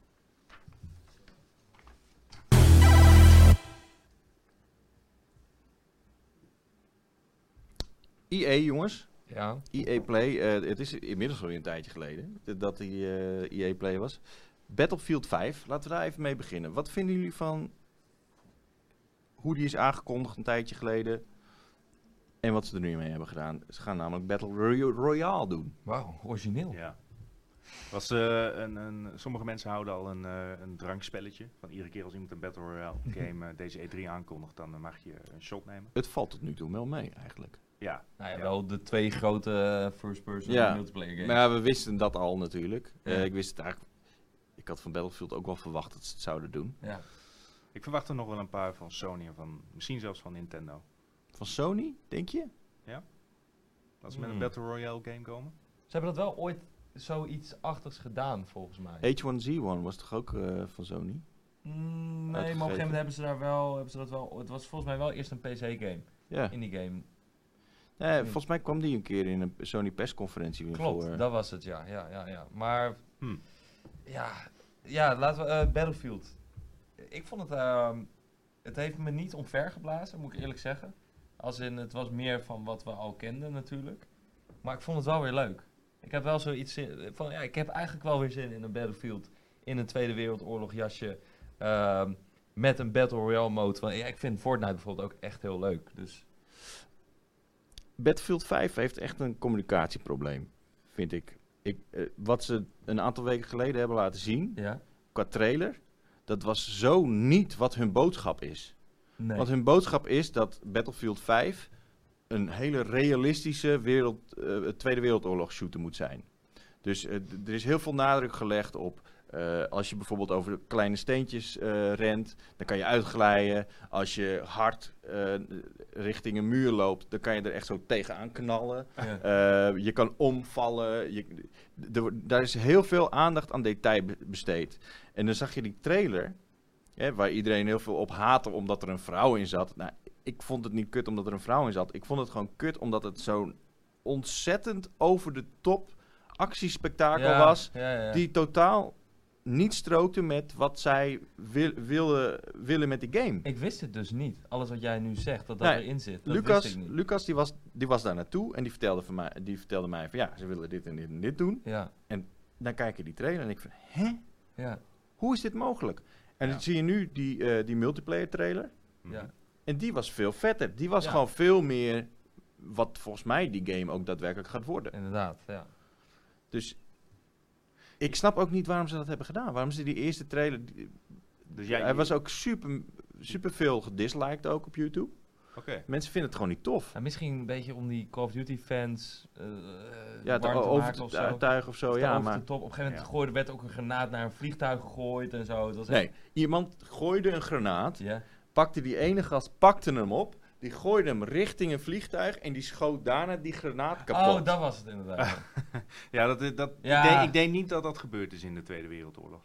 EA, jongens. Ja. EA Play, het is inmiddels alweer een tijdje geleden dat die EA Play was. Battlefield 5, laten we daar even mee beginnen. Wat vinden jullie van hoe die is aangekondigd een tijdje geleden en wat ze er nu mee hebben gedaan? Ze gaan namelijk Battle Royale doen. Wauw, origineel. Ja. Sommige mensen houden al een drankspelletje. Van iedere keer als iemand een Battle Royale game deze E3 aankondigt, dan mag je een shot nemen. Het valt tot nu toe wel mee eigenlijk. Ja. Nou ja, wel de 2 grote first-person multiplayer games. Maar ja, we wisten dat al natuurlijk. Ja. Ik wist het eigenlijk. Ik had van Battlefield ook wel verwacht dat ze het zouden doen. Ja. Ik verwacht er nog wel een paar van Sony en misschien zelfs van Nintendo. Van Sony, denk je? Als ze met een Battle Royale game komen. Ze hebben dat wel ooit zoiets achtigs gedaan, volgens mij. H1Z1 was toch ook van Sony? Nee, maar op een Uitgegeven. gegeven moment hebben ze dat wel... Het was volgens mij wel eerst een PC-game. Ja. Indie game. Volgens mij kwam die een keer in een Sony persconferentie weer Klopt, voor. dat was het, ja. Maar... Ja, laten we... Battlefield. Ik vond het... het heeft me niet omvergeblazen, moet ik eerlijk zeggen. Als in, het was meer van wat we al kenden natuurlijk. Maar ik vond het wel weer leuk. Ik heb wel zoiets van... Ja, ik heb eigenlijk wel weer zin in een Battlefield. In een Tweede Wereldoorlog jasje. Met een Battle Royale mode. Want, ja, ik vind Fortnite bijvoorbeeld ook echt heel leuk. Dus... Battlefield 5 heeft echt een communicatieprobleem, vind ik. Wat ze een aantal weken geleden hebben laten zien, Ja? qua trailer, dat was zo niet wat hun boodschap is. Nee. Want hun boodschap is dat Battlefield 5 een hele realistische Tweede Wereldoorlog shooter moet zijn. Dus er is heel veel nadruk gelegd op... als je bijvoorbeeld over kleine steentjes rent, dan kan je uitglijden. Als je hard richting een muur loopt, dan kan je er echt zo tegenaan knallen. Ja. Je kan omvallen. Daar is heel veel aandacht aan detail besteed. En dan zag je die trailer, waar iedereen heel veel op haatte omdat er een vrouw in zat. Nou, ik vond het niet kut omdat er een vrouw in zat. Ik vond het gewoon kut omdat het zo'n ontzettend over de top actiespektakel was. Ja. Die totaal niet strookte met wat zij willen met die game. Ik wist het dus niet. Alles wat jij nu zegt, dat Nee, erin zit. Dat wist ik niet. Lucas die was daar naartoe en die vertelde mij van ja, ze willen dit en dit en dit doen. Ja, Dan kijk je die trailer en ik van, hè? ja, Hoe is dit mogelijk? En Ja. dan zie je nu die multiplayer trailer. ja. En die was veel vetter. Die was Ja. gewoon veel meer wat volgens mij die game ook daadwerkelijk gaat worden. Inderdaad, ja. Dus ik snap ook niet waarom ze dat hebben gedaan. Waarom ze die eerste trailer... Dus hij was ook super veel gedisliked ook op YouTube. Oké. Mensen vinden het gewoon niet tof. Ja, misschien een beetje om die Call of Duty fans Ja, warm te over maken of te zo. uittuigen of zo. Of Ja, over maar... de top. Op een gegeven moment werd ook een granaat naar een vliegtuig gegooid en zo. Het was Nee, iemand gooide een granaat, Ja. pakte die ene gast, pakte hem op, die gooide hem richting een vliegtuig en die schoot daarna die granaat kapot. Oh, dat was het inderdaad. Ja, Ja. Ik denk niet dat dat gebeurd is in de Tweede Wereldoorlog.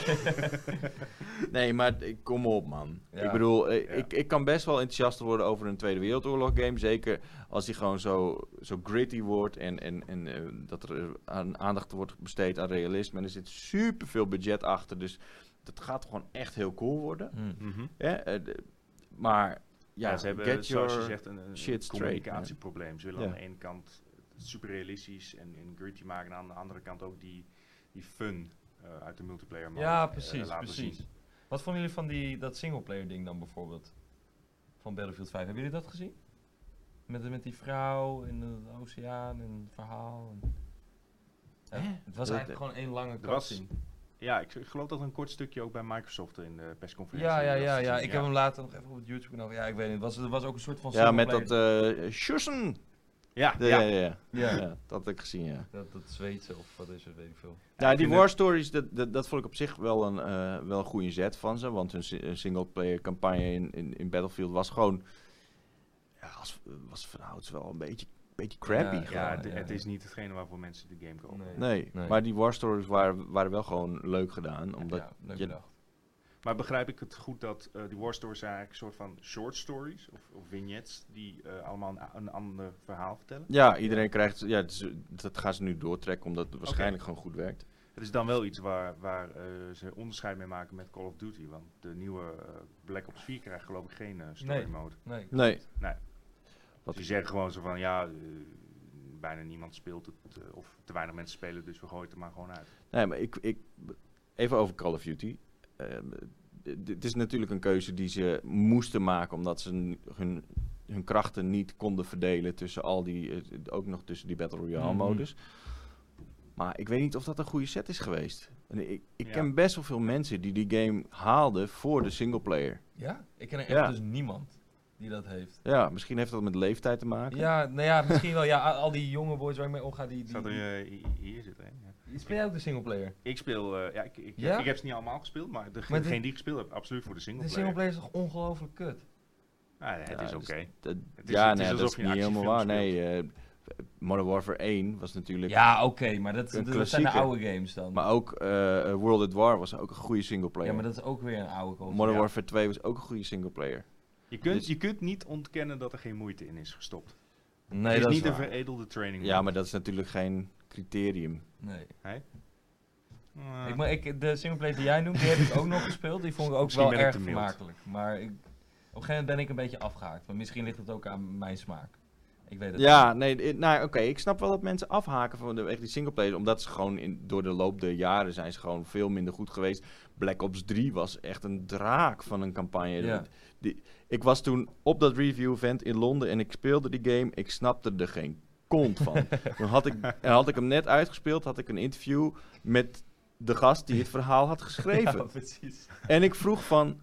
Nee, maar kom op, man. Ja. Ik bedoel, Ja. ik kan best wel enthousiast worden over een Tweede Wereldoorlog game. Zeker als die gewoon zo gritty wordt en dat er aandacht wordt besteed aan realisme. En er zit super veel budget achter, dus dat gaat gewoon echt heel cool worden. Hm. Maar ja, ze hebben, get zoals je your zegt, een shit straight, communicatieprobleem. Ze willen Ja. aan de ene kant super realistisch en gritty maken, en aan de andere kant ook die fun uit de multiplayer mode Ja, precies, laten precies. zien. Wat vonden jullie van dat singleplayer ding dan bijvoorbeeld? Van Battlefield 5. Hebben jullie dat gezien? Met die vrouw in de oceaan en het verhaal. En... Ja, Hè? het was Dat- eigenlijk gewoon één lange Er was- cutscene. Ja, ik geloof dat er een kort stukje ook bij Microsoft in de persconferentie. Ja. Ik heb hem later nog even op het YouTube kanaal. Ja, ik weet niet. Er was ook een soort van Ja, met singleplayer. dat Schussen. Ja, Ja. Ja. Ja, dat heb ik gezien, ja. Dat Zweedse of wat is het, weet ik veel. Ja, ik die vind War Stories, dat vond ik op zich wel een goede zet van ze. Want hun singleplayer campagne in Battlefield was gewoon was vanouds wel een beetje crappy. Ja, gewoon. Het is niet hetgene waarvoor mensen de game kopen. Nee. Nee, maar die War Stories waren wel gewoon leuk gedaan. Omdat Ja, leuk je- bedacht. Maar begrijp ik het goed dat die war stories zijn eigenlijk een soort van short stories of vignettes die allemaal een ander verhaal vertellen? Ja, iedereen krijgt... Ja, dat gaan ze nu doortrekken, omdat het waarschijnlijk gewoon goed werkt. Het is dan wel iets waar ze onderscheid mee maken met Call of Duty. Want de nieuwe Black Ops 4 krijgt geloof ik geen story Nee. mode. Nee. Nee. Wat Wat die zeggen gewoon zo van, ja, bijna niemand speelt het. Of te weinig mensen spelen, dus we gooien het er maar gewoon uit. Nee, maar even over Call of Duty. Het is natuurlijk een keuze die ze moesten maken, omdat ze hun krachten niet konden verdelen tussen al die, ook nog tussen die Battle Royale modus. Maar ik weet niet of dat een goede set is geweest. En ik ken best wel veel mensen die game haalden voor de singleplayer. Ja? Ik ken er echt Ja. dus niemand die dat heeft. Ja, misschien heeft dat met leeftijd te maken. Ja, nou ja, misschien wel. Ja, al die jonge boys waar ik mee omga, die Staat er hier zit er een, ja. speel jij ook de singleplayer? Ik speel, Ja? ik heb ze niet allemaal gespeeld, maar Maar degene die ik gespeeld heb, absoluut voor de De singleplayer. singleplayer is toch ongelooflijk kut? Het Ja, is dus oké. Dat, Het is- ja, het is nee, dat alsof is je een niet helemaal waar. actiefilm Nee, Modern Warfare 1 was natuurlijk... Ja, oké, maar dat Een zijn de klassieker. oude games dan. Maar ook World at War was ook een goede singleplayer. Ja, maar dat is ook weer een oude console. Modern Ja. Warfare 2 was ook een goede singleplayer. Je kunt niet ontkennen dat er geen moeite in is gestopt. Nee, Het is dat niet is een waar. veredelde training. Ja, maar dat is natuurlijk geen criterium. Nee. Uh, De singleplayer die jij noemt, die heb ik ook nog gespeeld. Die vond ik ook Misschien wel ben ik erg te mild. vermakelijk. Maar op een gegeven moment ben ik een beetje afgehaakt. Maar misschien ligt het ook aan mijn smaak. Ik weet het Ja, nee, oké, ik snap wel dat mensen afhaken van echt die singleplayers. Omdat ze gewoon door de loop der jaren zijn ze gewoon veel minder goed geweest. Black Ops 3 was echt een draak van een campagne. Ja. Ik was toen op dat review-event in Londen en ik speelde die game. Ik snapte er geen kont van. Dan had ik hem net uitgespeeld, had ik een interview met de gast die het verhaal had geschreven. Ja, precies. En ik vroeg van,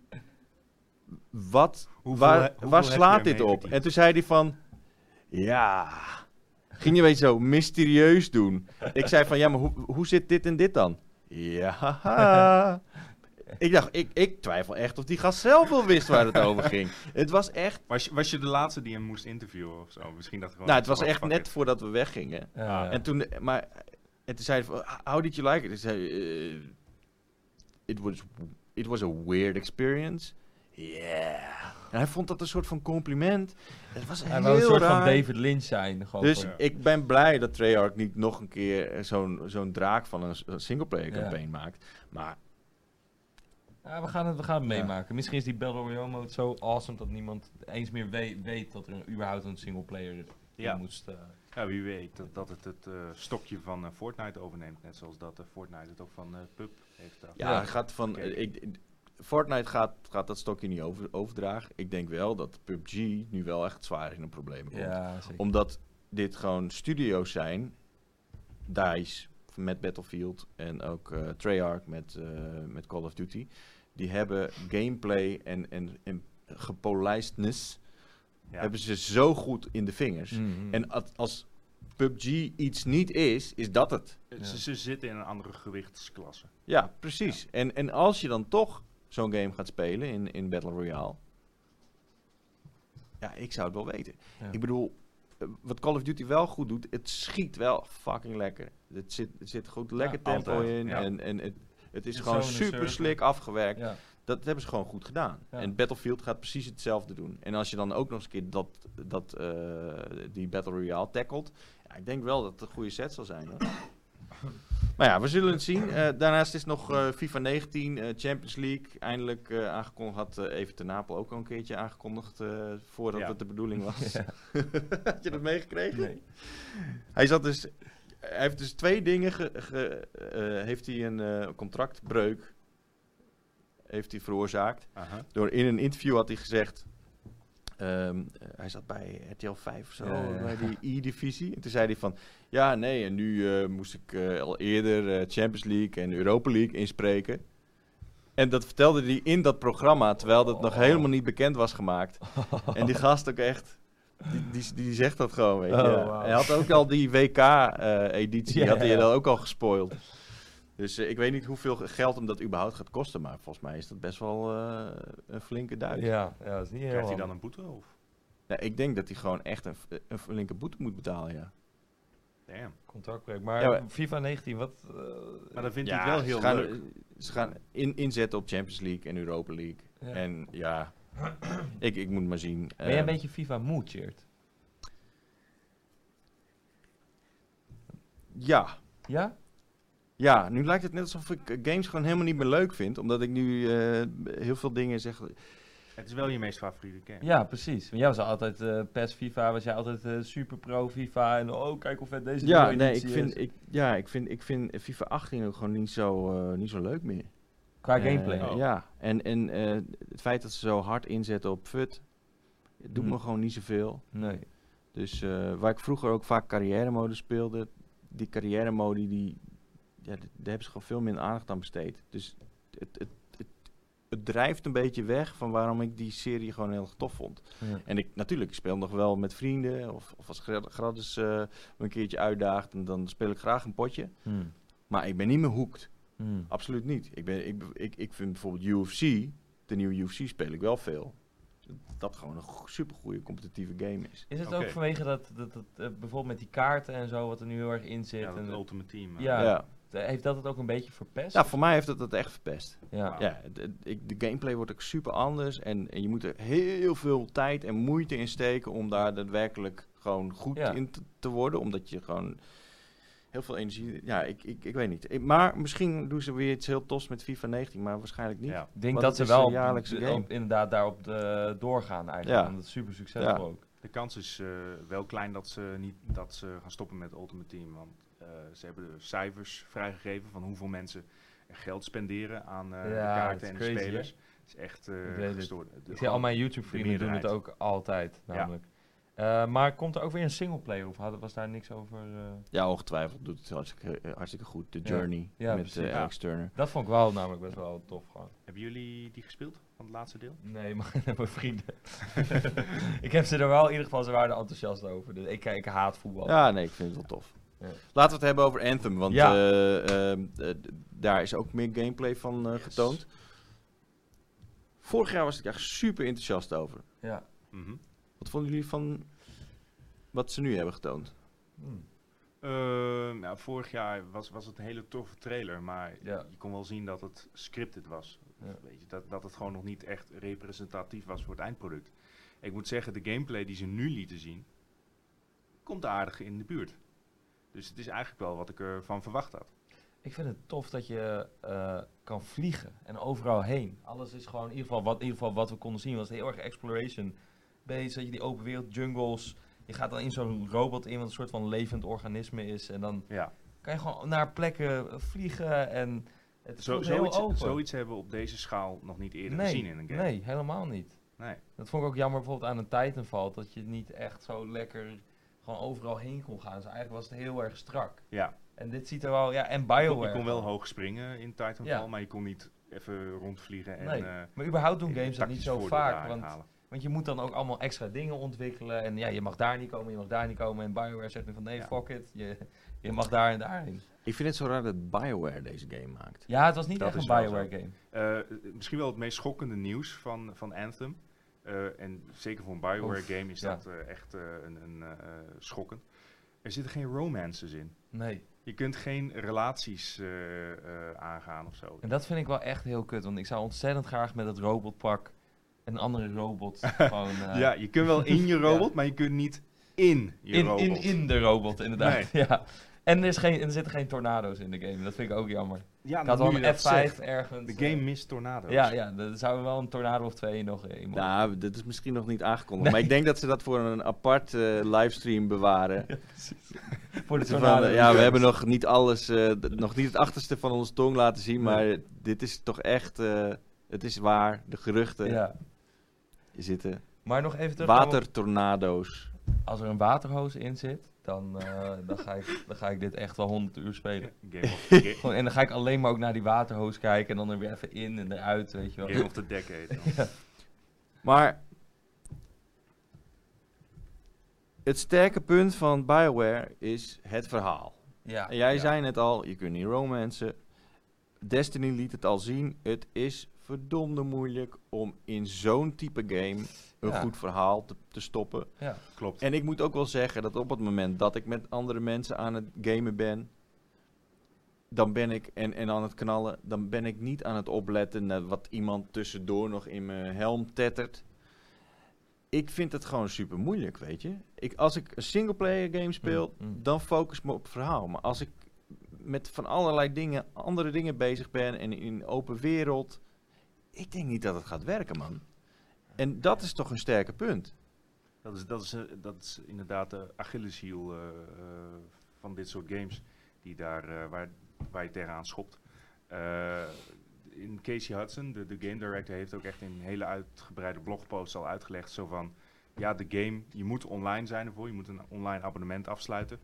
Hoeveel waar heb je slaat dit ermee op? verdiend? En toen zei hij van, ja, ging je weet zo mysterieus doen. Ik zei van, ja, maar hoe zit dit en dit dan? Ja, ik dacht, ik twijfel echt of die gast zelf wel wist waar het over ging. Het was echt, Was je de laatste die hem moest interviewen of zo? Misschien dat gewoon. nou, het was what echt fuck net it. voordat we weggingen. Ja. En toen zei hij van, how did you like it? Ik zei, it was a weird experience. Yeah. En hij vond dat een soort van compliment. Het was Hij heel wou een soort raar. van David Lynch zijn. Gewoon Dus voor- Ja. ik ben blij dat Treyarch niet nog een keer zo'n draak van een singleplayer campaign maakt. Maar Ja, we gaan het meemaken. Misschien is die Battle Royale mode zo awesome dat niemand eens meer weet dat er überhaupt een singleplayer Ja. in moest. Ja, wie weet dat het stokje van Fortnite overneemt. Net zoals dat Fortnite het ook van PUB heeft. hij gaat van... Oké. Fortnite gaat dat stokje niet overdragen. Ik denk wel dat PUBG nu wel echt zwaar in een probleem komt. Ja, zeker. Omdat dit gewoon studio's zijn. DICE met Battlefield en ook Treyarch met Call of Duty. Die hebben gameplay en gepolijstness hebben ze zo goed in de vingers. Mhm. En als PUBG iets niet is dat het. Ze zitten in een andere gewichtsklasse. Ja, precies. En als je dan toch zo'n game gaat spelen in Battle Royale. Ja, ik zou het wel weten. Ja. Ik bedoel, wat Call of Duty wel goed doet, het schiet wel fucking lekker. Het zit goed lekker tempo altijd, in. ja. En het is Zo gewoon in de super cirkel. slick afgewerkt. Ja. Dat hebben ze gewoon goed gedaan. Ja. En Battlefield gaat precies hetzelfde doen. En als je dan ook nog eens een keer die Battle Royale tackelt. Ja, ik denk wel dat het een goede set zal zijn. Hoor. Maar ja, we zullen het zien. Daarnaast is nog FIFA 19 Champions League eindelijk aangekondigd. Had Even ten Napel ook al een keertje aangekondigd voordat Ja. het de bedoeling was. Ja. Had je dat meegekregen? Nee. Hij heeft dus twee dingen heeft hij een contractbreuk heeft hij veroorzaakt. Aha. Door in een interview had hij gezegd, hij zat bij RTL 5 of zo, Ja. bij die E-divisie. En toen zei hij van, ja nee, en nu moest ik al eerder Champions League en Europa League inspreken. En dat vertelde hij in dat programma, terwijl dat nog helemaal niet bekend was gemaakt. En die gast ook echt, die zegt dat gewoon, weet je. Oh, Ja. wauw. Hij had ook al die WK-editie, Ja, had hij ja. dan ook al gespoild. Dus ik weet niet hoeveel geld hem dat überhaupt gaat kosten, maar volgens mij is dat best wel een flinke duit. Ja, dat is niet Krijgt hij heel dan een boete? Of? Ja, ik denk dat hij gewoon echt een flinke boete moet betalen, ja. Damn. Contractbreak. Maar Ja, maar- FIFA 19, wat... Maar dan vindt Ja, hij het wel heel ze gaan, leuk. Ze gaan inzetten op Champions League en Europa League. Ja. En ja, ik moet maar zien. Ben jij een beetje FIFA moe, Tjeerd? Ja. Ja? Ja, nu lijkt het net alsof ik games gewoon helemaal niet meer leuk vind. Omdat ik nu heel veel dingen zeg. Het is wel je meest favoriete game. Ja, precies. Want jij was altijd PES FIFA, was jij altijd super pro FIFA. En kijk hoe vet deze Ja, nieuwe nee, editie is. ik vind FIFA 18 ook gewoon niet zo leuk meer. Qua gameplay. Oh. Ja, en het feit dat ze zo hard inzetten op FUT, het doet me gewoon niet zoveel. Nee. Dus waar ik vroeger ook vaak carrière-mode speelde, die carrière-mode, daar hebben ze gewoon veel minder aandacht aan besteed. Dus het drijft een beetje weg van waarom ik die serie gewoon heel erg tof vond. Ja. En ik speel nog wel met vrienden, of als gratis me een keertje uitdaagt, en dan speel ik graag een potje. Maar ik ben niet meer hooked. Absoluut niet. Ik vind bijvoorbeeld UFC, de nieuwe UFC speel ik wel veel. Dat gewoon een supergoeie competitieve game is. Is het Oké. ook vanwege dat bijvoorbeeld met die kaarten en zo, wat er nu heel erg in zit? Ja, dat en Ultimate Team. Ja. Heeft dat het ook een beetje verpest? Ja, voor mij heeft het echt verpest. Ja. Ja, de gameplay wordt ook super anders en je moet er heel veel tijd en moeite in steken om daar daadwerkelijk gewoon goed in te worden, omdat je gewoon heel veel energie... Ja, ik weet niet. Maar misschien doen ze weer iets heel tofs met FIFA 19, maar waarschijnlijk niet. Ja. Ik denk Want dat het ze is wel een jaarlijkse game. inderdaad daarop doorgaan eigenlijk. Ja. Want het is super succesvol Ja. ook. De kans is wel klein dat ze gaan stoppen met Ultimate Team. Want ze hebben de cijfers vrijgegeven van hoeveel mensen er geld spenderen aan de kaarten en de crazy, spelers. hè? Het is echt Ik weet het. gestoord. Ik zie al mijn YouTube-vrienden doen het meerderheid. ook altijd, namelijk. Maar komt er ook weer een singleplayer of was daar niks over? Ja, ongetwijfeld doet het hartstikke goed. The Journey Ja, met precies. Alex Turner. Dat vond ik wel namelijk best wel tof gewoon. Hebben jullie die gespeeld van het laatste deel? Nee, maar mijn vrienden. Ik heb ze er wel in ieder geval, ze waren er enthousiast over. Dus ik haat voetbal. Ja, nee, ik vind het wel tof. Ja. Laten we het hebben over Anthem, want Ja. daar is ook meer gameplay van getoond. Vorig jaar was ik echt super enthousiast over. Ja. Mhm. Wat vonden jullie van wat ze nu hebben getoond? Nou, vorig jaar was het een hele toffe trailer, maar Ja. je kon wel zien dat het scripted was. Ja. Weet je, dat het gewoon nog niet echt representatief was voor het eindproduct. Ik moet zeggen, de gameplay die ze nu lieten zien, komt aardig in de buurt. Dus het is eigenlijk wel wat ik ervan verwacht had. Ik vind het tof dat je kan vliegen en overal heen. Alles is gewoon, in ieder geval wat we konden zien, was heel erg exploration based. Dat je die open wereld, jungles, je gaat dan in zo'n robot in, wat een soort van levend organisme is. En dan Ja. kan je gewoon naar plekken vliegen en het voelt heel open. Zoiets hebben we op deze schaal nog niet eerder gezien in een game. Nee, helemaal niet. Nee. Dat vond ik ook jammer bijvoorbeeld aan een Titanfall, dat je niet echt zo lekker gewoon overal heen kon gaan. Dus eigenlijk was het heel erg strak. Ja. En dit ziet er wel, ja, en Je BioWare. kon wel hoog springen in Titanfall, Ja. maar je kon niet even rondvliegen en Nee, maar überhaupt doen games dat niet tactisch zo voordeel vaak. daaruit Want halen. Want je moet dan ook allemaal extra dingen ontwikkelen. En ja, je mag daar niet komen, je mag daar niet komen. En BioWare zegt nu van nee, Ja. fuck it. Je mag daar en daarheen. Ik vind het zo raar dat BioWare deze game maakt. Ja, het was niet Dat echt een is wel BioWare game. Misschien wel het meest schokkende nieuws van Anthem. En zeker voor een BioWare Oef, game is ja. dat echt schokkend. Er zitten geen romances in. Nee. Je kunt geen relaties aangaan of zo. En dat vind ik wel echt heel kut. Want ik zou ontzettend graag met het robotpak een andere robot gewoon... Ja, je kunt wel in je robot, maar je kunt niet in je robot. in de robot, inderdaad. Nee. Ja. En er zitten geen tornado's in de game. Dat vind ik ook jammer. Ja, Ik had nu wel je een dat F5 zegt, ergens. de game mist tornado's. Ja, er zou wel een tornado of 2 nog in moeten. Nou, dat is misschien nog niet aangekondigd. Nee. Maar ik denk dat ze dat voor een apart livestream bewaren. Voor de Van, tornado. ja, we hebben nog niet alles, nog niet het achterste van onze tong laten zien. Nee. Maar dit is toch echt, het is waar. De geruchten Ja. zitten. Maar nog even terug. Watertornado's. Als er een waterhoos in zit, dan ga ik dit echt wel 100 uur spelen. Gewoon, en dan ga ik alleen maar ook naar die waterhoos kijken en dan er weer even in en eruit, weet je wel. Game of the Decade. Dan. Maar het sterke punt van BioWare is het verhaal. Ja, En jij ja. zei net al, je kunt niet romancen. Destiny liet het al zien. Het is verdomde moeilijk om in zo'n type game een Ja. goed verhaal te stoppen. Ja. Klopt. En ik moet ook wel zeggen dat op het moment dat ik met andere mensen aan het gamen ben, dan ben ik, en aan het knallen, dan ben ik niet aan het opletten naar wat iemand tussendoor nog in mijn helm tettert. Ik vind het gewoon super moeilijk, weet je. Als ik een singleplayer game speel, dan focus me op het verhaal. Maar als ik met van allerlei andere dingen bezig ben en in open wereld, ik denk niet dat het gaat werken, man. En dat is toch een sterke punt. Dat is inderdaad de Achilleshiel van dit soort games die waar je tegenaan schopt. In Casey Hudson, de game director, heeft ook echt in een hele uitgebreide blogpost al uitgelegd. Zo van, ja, de game, je moet online zijn ervoor. Je moet een online abonnement afsluiten.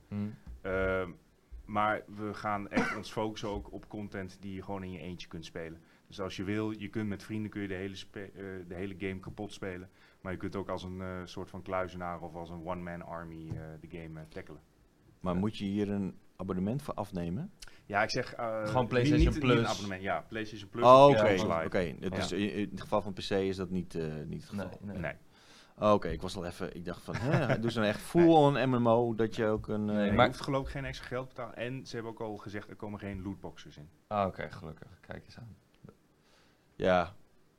Maar we gaan echt ons focussen ook op content die je gewoon in je eentje kunt spelen. Dus als je wil, je kunt met vrienden kun je de hele game kapot spelen. Maar je kunt ook als een soort van kluizenaar of als een one-man army de game tackelen. Maar moet je hier een abonnement voor afnemen? Ja, ik zeg... Gewoon PlayStation Plus. Niet een abonnement, ja. PlayStation Plus. Oh, of oké. Xbox Live. Oké. Dus in het geval van PC is dat niet het geval. Nee. Oké, ik was al even... Ik dacht van, doe ze dan echt full-on MMO, dat je ook een... Nee, maar- je hoeft geloof ik geen extra geld te betalen. En ze hebben ook al gezegd, er komen geen lootboxes in. Oké, gelukkig. Kijk eens aan. Ja,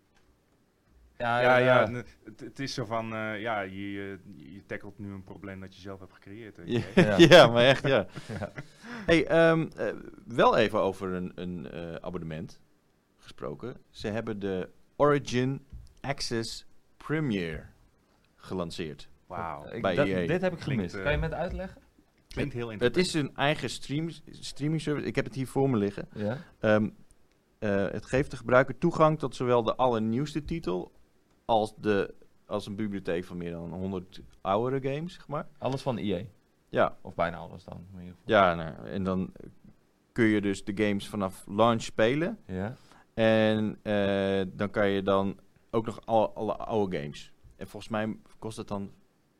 Het is zo van, je tackelt nu een probleem dat je zelf hebt gecreëerd. ja. Ja, maar echt, ja. Ja. Hey, wel even over een abonnement gesproken. Ze hebben de Origin Access Premier gelanceerd. Wauw. Bij EA. Dit heb ik Klinkt, gemist. Kan je me het uitleggen? Klinkt heel Het interessant. is een eigen streaming service. Ik heb het hier voor me liggen. Ja. Het geeft de gebruiker toegang tot zowel de allernieuwste titel als een bibliotheek van meer dan 100 oudere games, zeg maar. Alles van EA. Ja, Of bijna alles dan. In ieder geval. ja, nou, en dan kun je dus de games vanaf launch spelen. Ja. En dan kan je dan ook nog alle oude games. En volgens mij kost het dan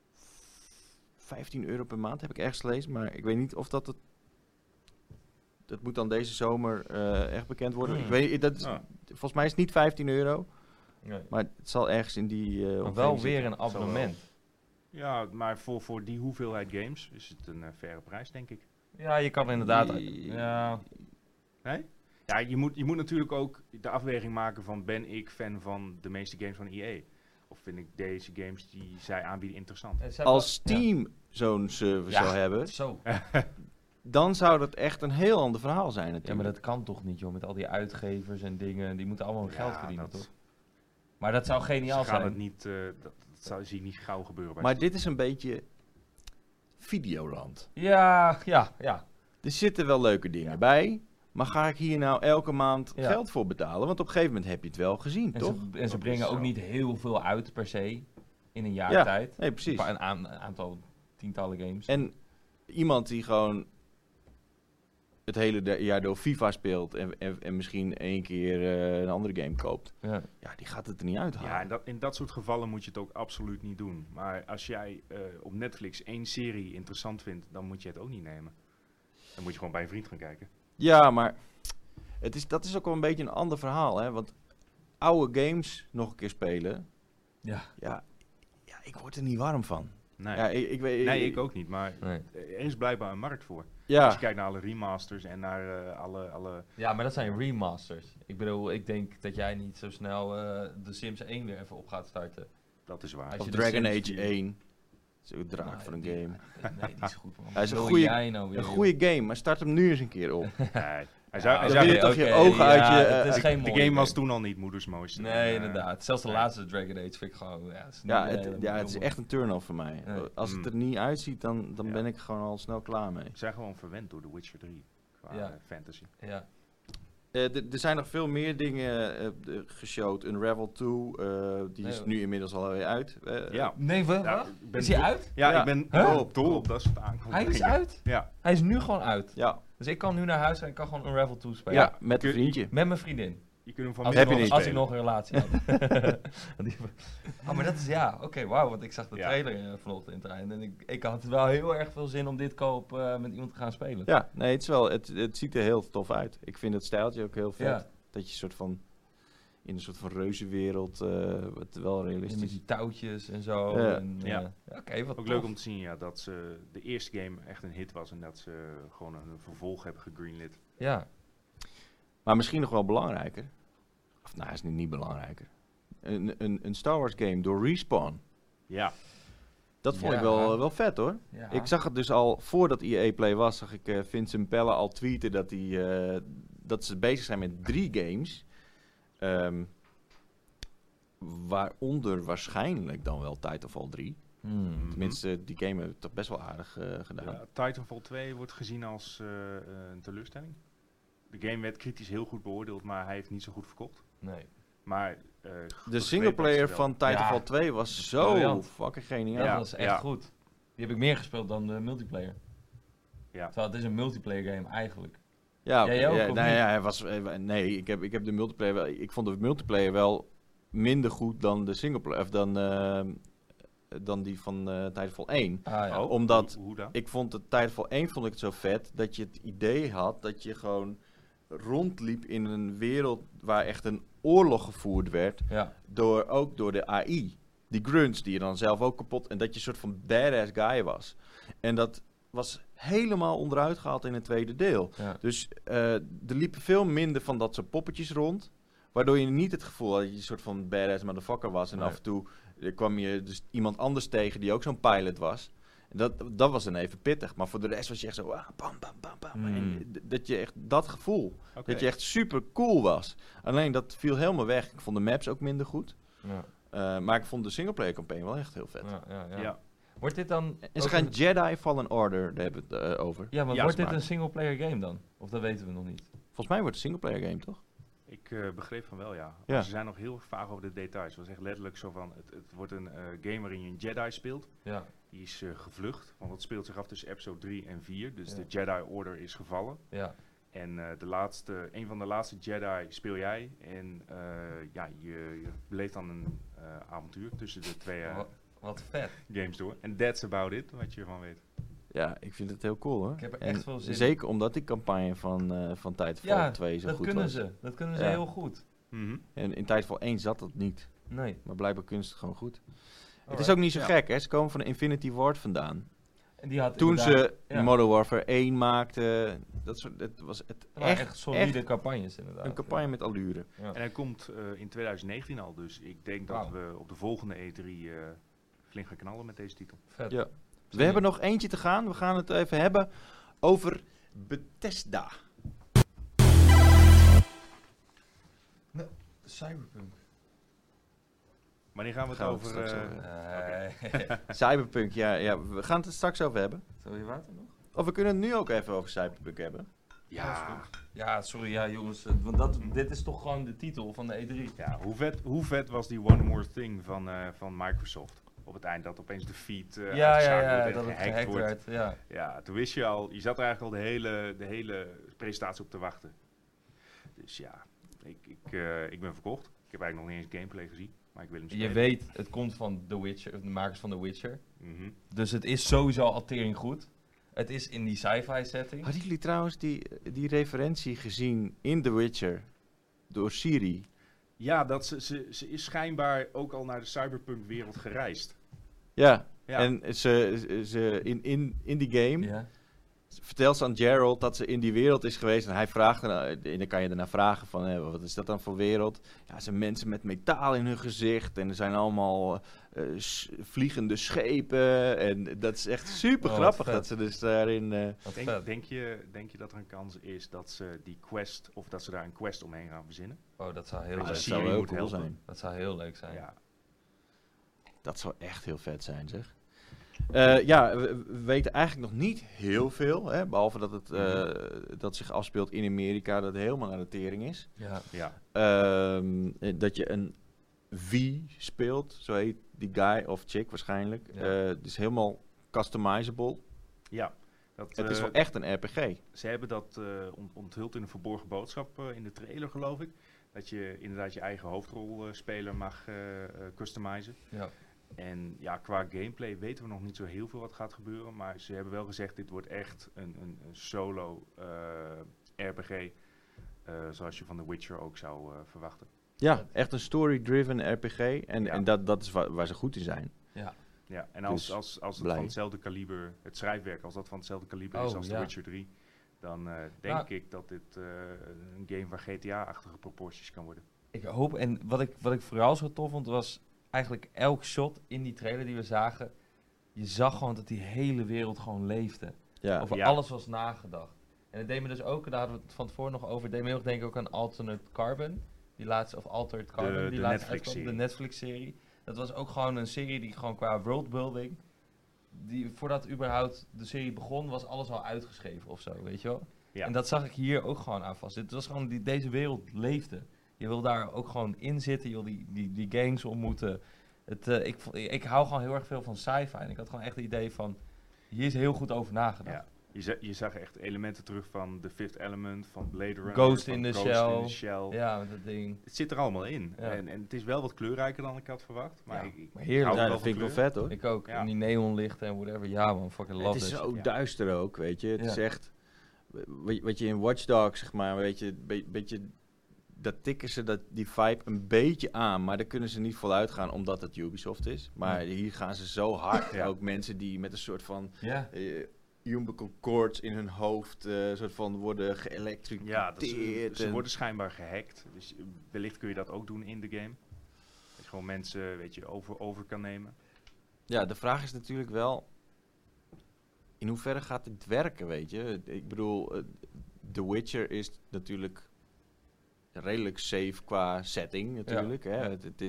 €15 per maand, heb ik ergens gelezen. Maar ik weet niet of dat dat moet dan deze zomer echt bekend worden. Ik weet, volgens mij is het niet €15. Nee. Maar het zal ergens in die... Maar wel weer een abonnement. Ja, maar voor die hoeveelheid games is het een faire prijs, denk ik. Ja, je kan inderdaad... Die- Ja, Nee? Ja, je moet natuurlijk ook de afweging maken van, ben ik fan van de meeste games van EA? Of vind ik deze games die zij aanbieden interessant? Als Steam zo'n service zou hebben, Zo. dan zou dat echt een heel ander verhaal zijn Ja, natuurlijk. maar dat kan toch niet, joh. Met al die uitgevers en dingen. Die moeten allemaal hun geld Ja, verdienen, dat- toch? Maar dat zou geniaal Ze gaan zijn. het niet, dat zie je niet gauw gebeuren bij Maar Steam. dit is een beetje Videoland. Ja. Er zitten wel leuke dingen bij, maar ga ik hier nou elke maand Ja. geld voor betalen? Want op een gegeven moment heb je het wel gezien, En toch? ze, en ze Dat brengen is ook zo. niet heel veel uit per se. In een jaar Ja. tijd. Nee, precies. Een aantal tientallen games. En iemand die gewoon het hele jaar door FIFA speelt en misschien één keer een andere game koopt, Ja. ja, die gaat het er niet uithalen. Ja, in dat soort gevallen moet je het ook absoluut niet doen. Maar als jij op Netflix 1 serie interessant vindt, dan moet je het ook niet nemen. Dan moet je gewoon bij een vriend gaan kijken. Ja, maar dat is ook wel een beetje een ander verhaal, hè? Want oude games nog een keer spelen, Ja. ja, ik word er niet warm van. Nee, Ja, ik weet... ik ook niet. Maar Nee. er is blijkbaar een markt voor. Als Ja, je kijkt naar alle remasters en naar alle... Ja, maar dat zijn remasters. Ik bedoel, ik denk dat jij niet zo snel de Sims 1 weer even op gaat starten. Dat is waar. Als of je de Dragon Sims Age die- 1. Dat is ook draak Nee, van een die- game. Nee, die is goed, man. Hij is een Wat wil goeie- jij nou weer, Een joh? goede game, maar start hem nu eens een keer op. Nee, hij Ja, zou, dan hij wil zou- je toch je oké, ogen uit ja, je... het is geen de mooie game was toen al niet moeders mooiste. Nee, inderdaad. Zelfs de laatste Dragon Age vind ik gewoon... Ja, het is, niet Ja, een hele het is mooie- echt een turn-off voor mij. Nee. Als het Mm. er niet uitziet, dan Ja. ben ik gewoon al snel klaar mee. We zijn gewoon verwend door The Witcher 3. Qua Ja. fantasy. Ja. Er zijn nog veel meer dingen geshowd. Unravel 2, die is Nee, nu inmiddels alweer uit. Ja. Nee, wat? Ja, ik ben Is hij dol- uit? Ja, Ja. ik ben Huh? dol op dat soort aankondigingen. Hij is uit? Ja. Hij is nu gewoon uit. Ja, Dus ik kan nu naar huis en ik kan gewoon Unravel 2 spelen. ja, met een Kun- vriendje. Met mijn vriendin. Je kunt hem van Als, Heb ik je nog, niet. als ik nog een relatie had. Oh, maar dat is ja. Oké, wauw. Want ik zag de Ja. trailer vanochtend in het trein. En ik had wel heel erg veel zin om dit koop met iemand te gaan spelen. Ja, nee, het ziet er heel tof uit. Ik vind het stijltje ook heel vet. Ja. Dat je soort van... in een soort van reuzenwereld, wat wel Met realistisch is. die touwtjes en zo. Ja. En, Ja. Oké, wat Ook tof. leuk om te zien dat ze de eerste game echt een hit was en dat ze gewoon een vervolg hebben gegreenlit. Ja. Maar misschien nog wel belangrijker, of nou, is niet belangrijker, een Star Wars game door Respawn. Ja, Dat vond Ja. ik wel vet hoor. Ja. Ik zag het dus al, voordat EA Play was, zag ik Vincent Pelle al tweeten dat ze bezig zijn met 3 games. Waaronder waarschijnlijk dan wel Titanfall 3. Hmm. Tenminste, die game hebben toch best wel aardig gedaan. ja, Titanfall 2 wordt gezien als een teleurstelling. De game werd kritisch heel goed beoordeeld, maar hij heeft niet zo goed verkocht. Nee. Maar De singleplayer van Titanfall Ja, 2 was zo briljant. fucking Ja, geniaal. dat was echt ja. goed. Die heb ik meer gespeeld dan de multiplayer. Ja. Terwijl het is een multiplayer game eigenlijk. Ja, oké, Jij ook, ja, of nou niet? ja, hij was, nee, ik heb de multiplayer wel, ik vond de multiplayer wel minder goed dan de singleplayer, of dan die van Titanfall 1. Ah ja. Oh, Omdat hoe dan? Ik vond het Titanfall 1 vond ik het zo vet dat je het idee had dat je gewoon rondliep in een wereld waar echt een oorlog gevoerd werd, Ja. ook door de AI. Die grunts die je dan zelf ook kapot, en dat je een soort van badass guy was. En dat was helemaal onderuit gehaald in het tweede deel. Ja. Dus er liepen veel minder van dat soort poppetjes rond. Waardoor je niet het gevoel had dat je een soort van badass motherfucker was. En Nee. af en toe kwam je dus iemand anders tegen die ook zo'n pilot was. En dat was dan even pittig. Maar voor de rest was je echt zo, bam, bam, bam, bam. Mm. En dat je echt dat gevoel, Oké. dat je echt super cool was. Alleen dat viel helemaal weg. Ik vond de maps ook minder goed. Ja. Maar ik vond de singleplayer campaign wel echt heel vet. Ja. Ja. Wordt dit dan... En ze ook gaan een- Jedi Fallen Order, daar hebben we het over. Ja, maar Ja, wordt dit smaak. een single-player game dan? Of dat weten we nog niet? Volgens mij wordt het een singleplayer game, toch? Ik begreep van wel, ja. Ja. Maar ze zijn nog heel vaag over de details. Het was echt letterlijk zo van, het wordt een game waarin je een Jedi speelt. Ja. Die is gevlucht, want dat speelt zich af tussen episode 3 en 4. Dus Ja. de Jedi Order is gevallen. Ja. En een van de laatste Jedi speel jij. En je beleeft dan een avontuur tussen de twee Wat vet. games door. En that's about it, wat je ervan weet. Ja, ik vind het heel cool hoor. Ik heb er En echt veel zin in. zeker omdat die campagne van Titanfall Ja, 2 zo dat goed kunnen was. ze. Dat kunnen ze Ja. heel goed. Mhm. En in Titanfall 1 zat dat niet. Nee. Maar blijkbaar kunnen ze het gewoon goed. Het is Alright. ook niet zo Ja. gek hè. Ze komen van de Infinity Ward vandaan. En die had Toen inderdaad- ze ja. Modern Warfare 1 maakten. Het was het Het waren echt, echt solide campagnes inderdaad. een campagne met allure. Ja. En hij komt in 2019 al, dus ik denk dat Wauw. we op de volgende E3 flink gaan knallen met deze titel. Vet. Ja. We hebben nog eentje te gaan. We gaan het even hebben over Bethesda. Cyberpunk. Wanneer gaan we het Gaan we het over... straks over Nee. Cyberpunk, ja, we gaan het er straks over hebben. Zal je water nog? Of we kunnen het nu ook even over Cyberpunk hebben. ja, Ja, sorry, ja jongens. Want dit is toch gewoon de titel van de E3. ja hoe vet was die One More Thing van Microsoft? Op het eind dat opeens de feed uitgeschakeld wordt en dat het gehackt gehackt wordt. werd. Ja. Ja, toen wist je al, je zat er eigenlijk al de hele presentatie op te wachten. Dus ja, ik ben verkocht. Ik heb eigenlijk nog niet eens gameplay gezien, maar ik wil hem spelen. Je weet, het komt van The Witcher, de makers van The Witcher. Mhm. Dus het is sowieso al tering goed. Het is in die sci-fi setting. Hadden jullie trouwens die referentie gezien in The Witcher door Siri? Ja, dat ze is schijnbaar ook al naar de cyberpunk wereld gereisd. Ja, Ja. en ze in die game Ja. vertelt ze aan Geralt dat ze in die wereld is geweest. En hij vraagt, en dan kan je daarna vragen van, wat is dat dan voor wereld? Ja, het zijn mensen met metaal in hun gezicht. En er zijn allemaal vliegende schepen. En dat is echt super Oh, grappig vet. dat ze dus daarin... Wat vet. Denk je dat er een kans is dat ze die quest, of dat ze daar een quest omheen gaan verzinnen? Oh, dat zou heel Dat leuk dat Siri zou zijn. heel moet cool helpen. zijn. Dat zou heel leuk zijn. Ja. Dat zou echt heel vet zijn, zeg. We weten eigenlijk nog niet heel veel. Hè, behalve dat het dat zich afspeelt in Amerika, dat het helemaal naar de tering is. Ja. Ja. Dat je een V speelt, zo heet die guy of chick waarschijnlijk. Ja. Het is helemaal customizable. Ja. Dat, Het is wel echt een RPG. Ze hebben dat onthuld in een verborgen boodschap in de trailer, geloof ik. Dat je inderdaad je eigen hoofdrolspeler mag customizen. Ja. En ja, qua gameplay weten we nog niet zo heel veel wat gaat gebeuren. Maar ze hebben wel gezegd, dit wordt echt een solo RPG. Zoals je van The Witcher ook zou verwachten. Ja, echt een story-driven RPG. En, Ja. en dat is waar ze goed in zijn. Ja, en Dus als het blij. van hetzelfde kaliber, het schrijfwerk, als dat van hetzelfde kaliber Oh, is als ja. The Witcher 3, dan denk ik dat dit een game van GTA-achtige proporties kan worden. Ik hoop, en wat ik vooral zo tof vond, was eigenlijk elk shot in die trailer die we zagen. Je zag gewoon dat die hele wereld gewoon leefde. Ja, Over Ja. alles was nagedacht. En het deed me dus ook, daar hadden we het van tevoren nog over, het deed me heel erg denken ook aan Alternate Carbon. Die laatste, of Altered Carbon, die de laatste Netflix-serie. uitkwam, de Netflix-serie. Dat was ook gewoon een serie die gewoon qua worldbuilding, voordat überhaupt de serie begon, was alles al uitgeschreven of zo, weet je wel? Ja. En dat zag ik hier ook gewoon aan vast. Het was gewoon, deze wereld leefde. Je wil daar ook gewoon in zitten, je wil die gangs ontmoeten. Ik hou gewoon heel erg veel van sci-fi. En ik had gewoon echt het idee van, hier is heel goed over nagedacht. Ja. Je zag echt elementen terug van The Fifth Element, van Blade Runner, Ghost van in the Ghost Shell. in Ja, met dat ding. Het zit er allemaal in. Ja. En het is wel wat kleurrijker dan ik had verwacht. Maar Ja, ik maar heerlijk. hou Ja, wel dat van vind ik wel kleur. vet hoor. Ik ook. Ja. En die neonlichten en whatever. Ja man, fucking love Het is this. zo Ja. duister ook, weet je. Het Ja. is echt... Wat je in Watch Dogs, zeg maar, weet je, beetje... Dat tikken ze die vibe een beetje aan, maar daar kunnen ze niet voluit gaan omdat het Ubisoft is. Maar hier gaan ze zo hard. Ja. Ook mensen die met een soort van Ja. umbilical cords in hun hoofd soort van worden geëlektriceerd. Ja, ze en- worden schijnbaar gehackt. Dus wellicht kun je dat ook doen in de game. Dat je gewoon mensen, weet je, over kan nemen. Ja, de vraag is natuurlijk wel... In hoeverre gaat dit werken, weet je? Ik bedoel, The Witcher is natuurlijk redelijk safe qua setting natuurlijk. Hè? Ja. Het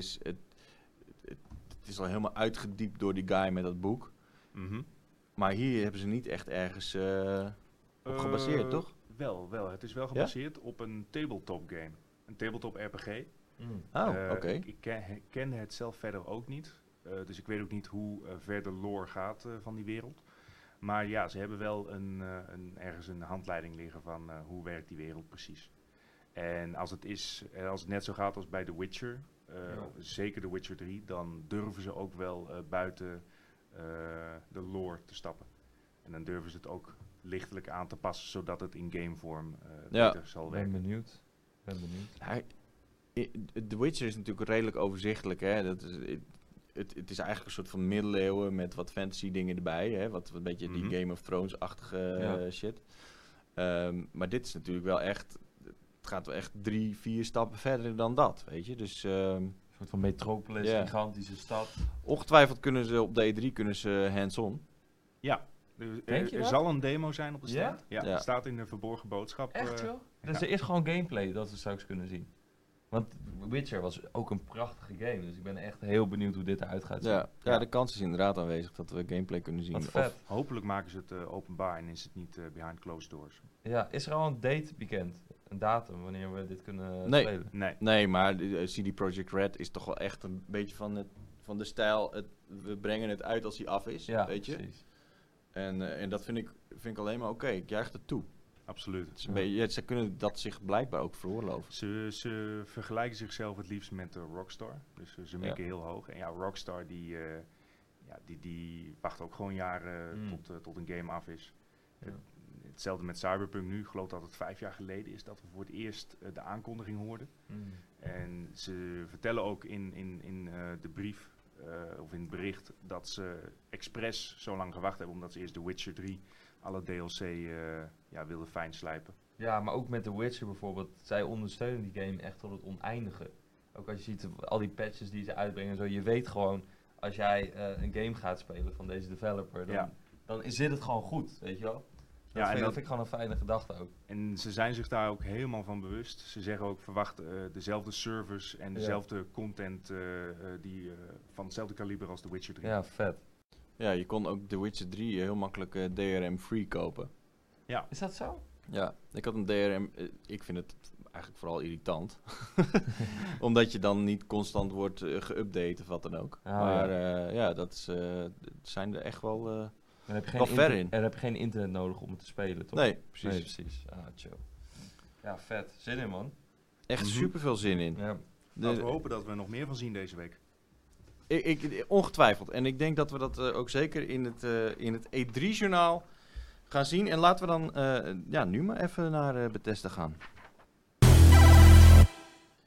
is al helemaal uitgediept door die guy met dat boek. Mhm. Maar hier hebben ze niet echt ergens op gebaseerd, toch? Wel. Het is wel gebaseerd op een tabletop game. Een tabletop RPG. Mm. Oh, oké. Ik ken het zelf verder ook niet. Dus ik weet ook niet hoe ver de lore gaat van die wereld. Maar ja, ze hebben wel ergens een handleiding liggen van hoe werkt die wereld precies. En als het net zo gaat als bij The Witcher, zeker The Witcher 3, dan durven ze ook wel buiten de lore te stappen. En dan durven ze het ook lichtelijk aan te passen, zodat het in gamevorm beter zal Ben werken. benieuwd. The Witcher is natuurlijk redelijk overzichtelijk. Hè? Het is eigenlijk een soort van middeleeuwen met wat fantasy dingen erbij. Hè? Wat een beetje Mhm. die Game of Thrones-achtige Ja. shit. Maar dit is natuurlijk wel echt... Het gaat wel echt 3-4 stappen verder dan dat, weet je. Dus Een soort van metropolis, Ja. gigantische stad. ongetwijfeld kunnen ze op de E3 hands-on. Ja, Denk je er dat? zal een demo zijn op de Ja? stand. Ja, Ja. het staat in de verborgen boodschap. Echt joh? ja. Dus er is gewoon gameplay dat we straks kunnen zien. Want Witcher was ook een prachtige game. Dus ik ben echt heel benieuwd hoe dit eruit gaat zien. Ja, de kans is inderdaad aanwezig dat we gameplay kunnen zien. Wat Of- vet. Hopelijk maken ze het openbaar en is het niet behind closed doors. Ja, is er al een date bekend? Een datum wanneer we dit kunnen Nee. spelen? Nee. Nee, maar CD Projekt Red is toch wel echt een beetje van de stijl. We brengen het uit als hij af is, Ja, weet je. precies. En dat vind ik alleen maar oké. Ik juich het toe. Absoluut. Het is een beetje, ze kunnen dat zich blijkbaar ook veroorloven. Ze vergelijken zichzelf het liefst met Rockstar. Dus ze mikken heel hoog. En ja, Rockstar die wacht ook gewoon jaren tot een game af is. Ja. Hetzelfde met Cyberpunk nu. Ik geloof dat het 5 jaar geleden is dat we voor het eerst de aankondiging hoorden. Mm. En ze vertellen ook in de brief of in het bericht dat ze expres zo lang gewacht hebben. Omdat ze eerst The Witcher 3 alle DLC wilden fijn slijpen. Ja, maar ook met The Witcher bijvoorbeeld. Zij ondersteunen die game echt tot het oneindige. Ook als je ziet al die patches die ze uitbrengen en zo. Je weet gewoon, als jij een game gaat spelen van deze developer, dan zit het gewoon goed, weet je wel. Dat vind ik gewoon een fijne gedachte ook. En ze zijn zich daar ook helemaal van bewust. Ze zeggen ook, verwacht dezelfde servers en dezelfde content van hetzelfde kaliber als The Witcher 3. Ja, vet. Ja, je kon ook The Witcher 3 heel makkelijk DRM free kopen. Ja. Is dat zo? Ja, ik had een DRM. Ik vind het eigenlijk vooral irritant. Omdat je dan niet constant wordt geüpdate of wat dan ook. Oh, maar dat zijn er echt wel... Dan heb je wel ver in. En dan heb je geen internet nodig om het te spelen, toch? Nee, precies. Nee, precies. Ah, chill. Ja, vet. Zin in, man. Echt super veel zin in. Ja. Laten we hopen dat we er nog meer van zien deze week. Ongetwijfeld. En ik denk dat we dat ook zeker in het E3-journaal gaan zien. En laten we dan nu maar even naar Bethesda gaan.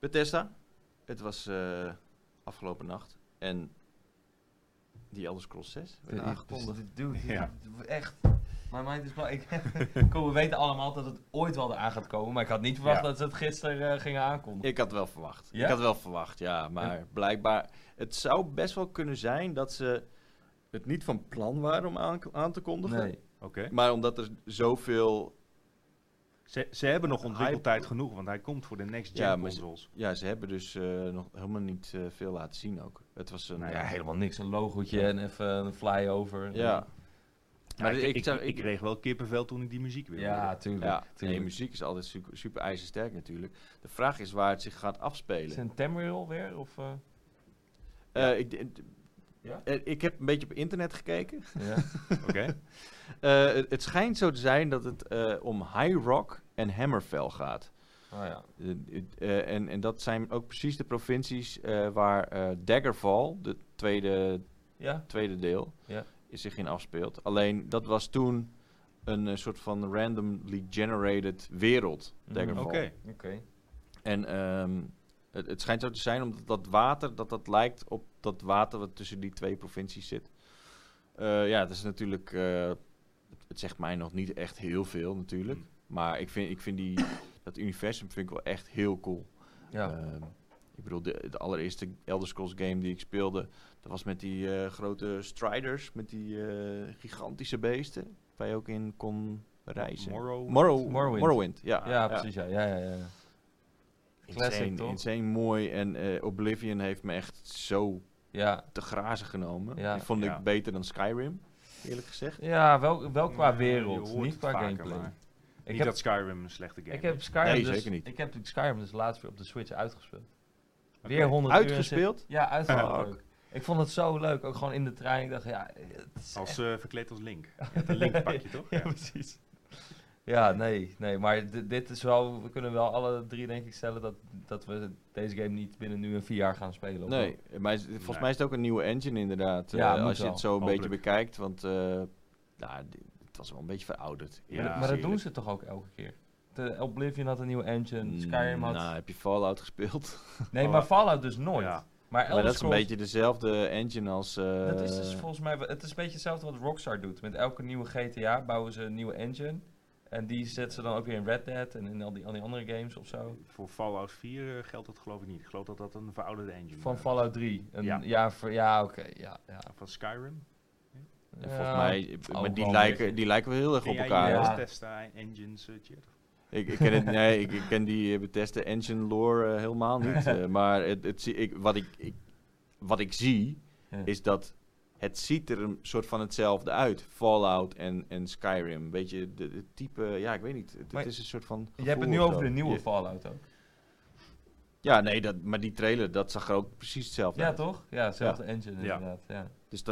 Bethesda. Het was afgelopen nacht. En die Elder Scrolls 6 werd aangekondigd. Dude, echt. Maar mind is wel... we weten allemaal dat het ooit wel eraan gaat komen. Maar ik had niet verwacht dat ze het gisteren gingen aankondigen. Ik had wel verwacht. Ja? Ik had wel verwacht, ja. Maar blijkbaar... Het zou best wel kunnen zijn dat ze het niet van plan waren om aan te kondigen. Nee. Oké. Maar omdat er zoveel... Ze hebben nog ontwikkeltijd genoeg, want hij komt voor de next-gen consoles. Ja, ze hebben dus nog helemaal niet veel laten zien ook. Het was een... helemaal niks. Een logootje en even een flyover. Ja. Maar ik kreeg wel kippenvel toen ik die muziek wilde. Ja, tuurlijk. Ja, tuurlijk. nee, muziek is altijd super ijzersterk natuurlijk. De vraag is waar het zich gaat afspelen. Is het een Tamriel weer? Of, ik heb een beetje op internet gekeken. Ja. Oké. Het schijnt zo te zijn dat het om High Rock en Hammerfell gaat. Oh ja. En dat zijn ook precies de provincies waar Daggerfall, de tweede deel, zich in afspeelt. Alleen dat was toen een soort van randomly generated wereld, Daggerfall. Oké. En het schijnt zo te zijn omdat dat water, dat lijkt op dat water wat tussen die twee provincies zit. Het is natuurlijk, het zegt mij nog niet echt heel veel natuurlijk. Maar ik vind dat universum vind ik wel echt heel cool. Ja. Ik bedoel, de allereerste Elder Scrolls game die ik speelde, dat was met die grote striders, met die gigantische beesten, waar je ook in kon reizen. Morrowind. Ja, precies. Ja. Classic, toch? Insane mooi en Oblivion heeft me echt zo te grazen genomen. Ja. Die vond ik beter dan Skyrim, eerlijk gezegd. Ja, wel qua wereld, niet qua vaker, gameplay. Maar ik heb dat Skyrim een slechte game Ik heb Skyrim zeker niet. Ik heb Skyrim dus laatst weer op de Switch uitgespeeld. Okay. Weer 100 uitgespeeld? Ja, uitgespeeld. Ik vond het zo leuk, ook gewoon in de trein. Ik dacht, verkleed als Link. Je hebt een Link-pakje, toch? Ja, precies. Ja, nee, maar dit is wel... We kunnen wel alle drie denk ik stellen dat we deze game niet binnen nu een 4 jaar gaan spelen. Nee, maar volgens mij is het ook een nieuwe engine inderdaad. Ja, als je wel. het zo een beetje bekijkt, want het was wel een beetje verouderd. Ja, maar dat doen ze toch ook elke keer? De Oblivion had een nieuwe engine, Skyrim had... Nou, heb je Fallout gespeeld? Nee, maar Fallout dus nooit. Ja. Maar dat is een beetje dezelfde engine als... dat is dus volgens mij... Het is een beetje hetzelfde wat Rockstar doet. Met elke nieuwe GTA bouwen ze een nieuwe engine. En die zetten ze dan ook weer in Red Dead en in al die andere games of zo. Voor Fallout 4 geldt dat geloof ik niet. Ik geloof dat dat een verouderde engine is. Van Fallout 3. Oké. Van Skyrim? Volgens mij... Maar die lijken wel heel erg op Ken elkaar. jij Ja. Bethesda engines, Chert? Ik ken het, nee, ik ken die Bethesda engine lore helemaal niet. Maar wat ik zie, is dat het ziet er een soort van hetzelfde uit. Fallout en Skyrim. Weet je, de type... Ja, ik weet niet. Het is een soort van... Je hebt het nu over de nieuwe Fallout ook. Ja, nee, maar die trailer, dat zag er ook precies hetzelfde uit. Ja, toch? Ja, hetzelfde engine inderdaad. Ja. Dus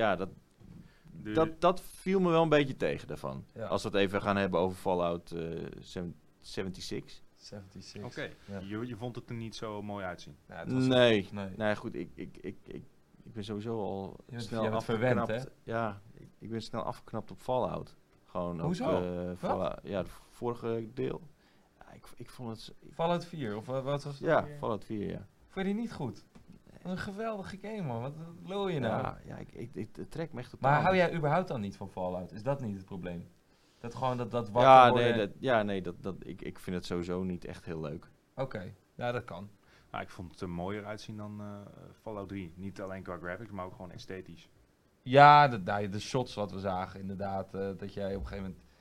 dat viel me wel een beetje tegen daarvan. Ja. Als we het even gaan hebben over Fallout 76. Oké. Je vond het er niet zo mooi uitzien? Ja, nee, goed, ik ben sowieso al snel afgeknapt. Verwend, ja, ik ben snel afgeknapt op Fallout. Gewoon hoezo? Ja, de vorige deel. Ja, ik vond het... Fallout 4, of wat was het? Ja, Fallout 4, ja. Vond je die niet goed? Een geweldige game, man. Wat lul je nou? Ja, het trekt me echt totaal. Maar hou jij überhaupt dan niet van Fallout? Is dat niet het probleem? Dat gewoon dat wakker ik vind het sowieso niet echt heel leuk. Oké, ja, dat kan. Nou, ik vond het er mooier uitzien dan Fallout 3. Niet alleen qua graphics, maar ook gewoon esthetisch. Ja, de shots wat we zagen, inderdaad. Dat jij op een gegeven moment...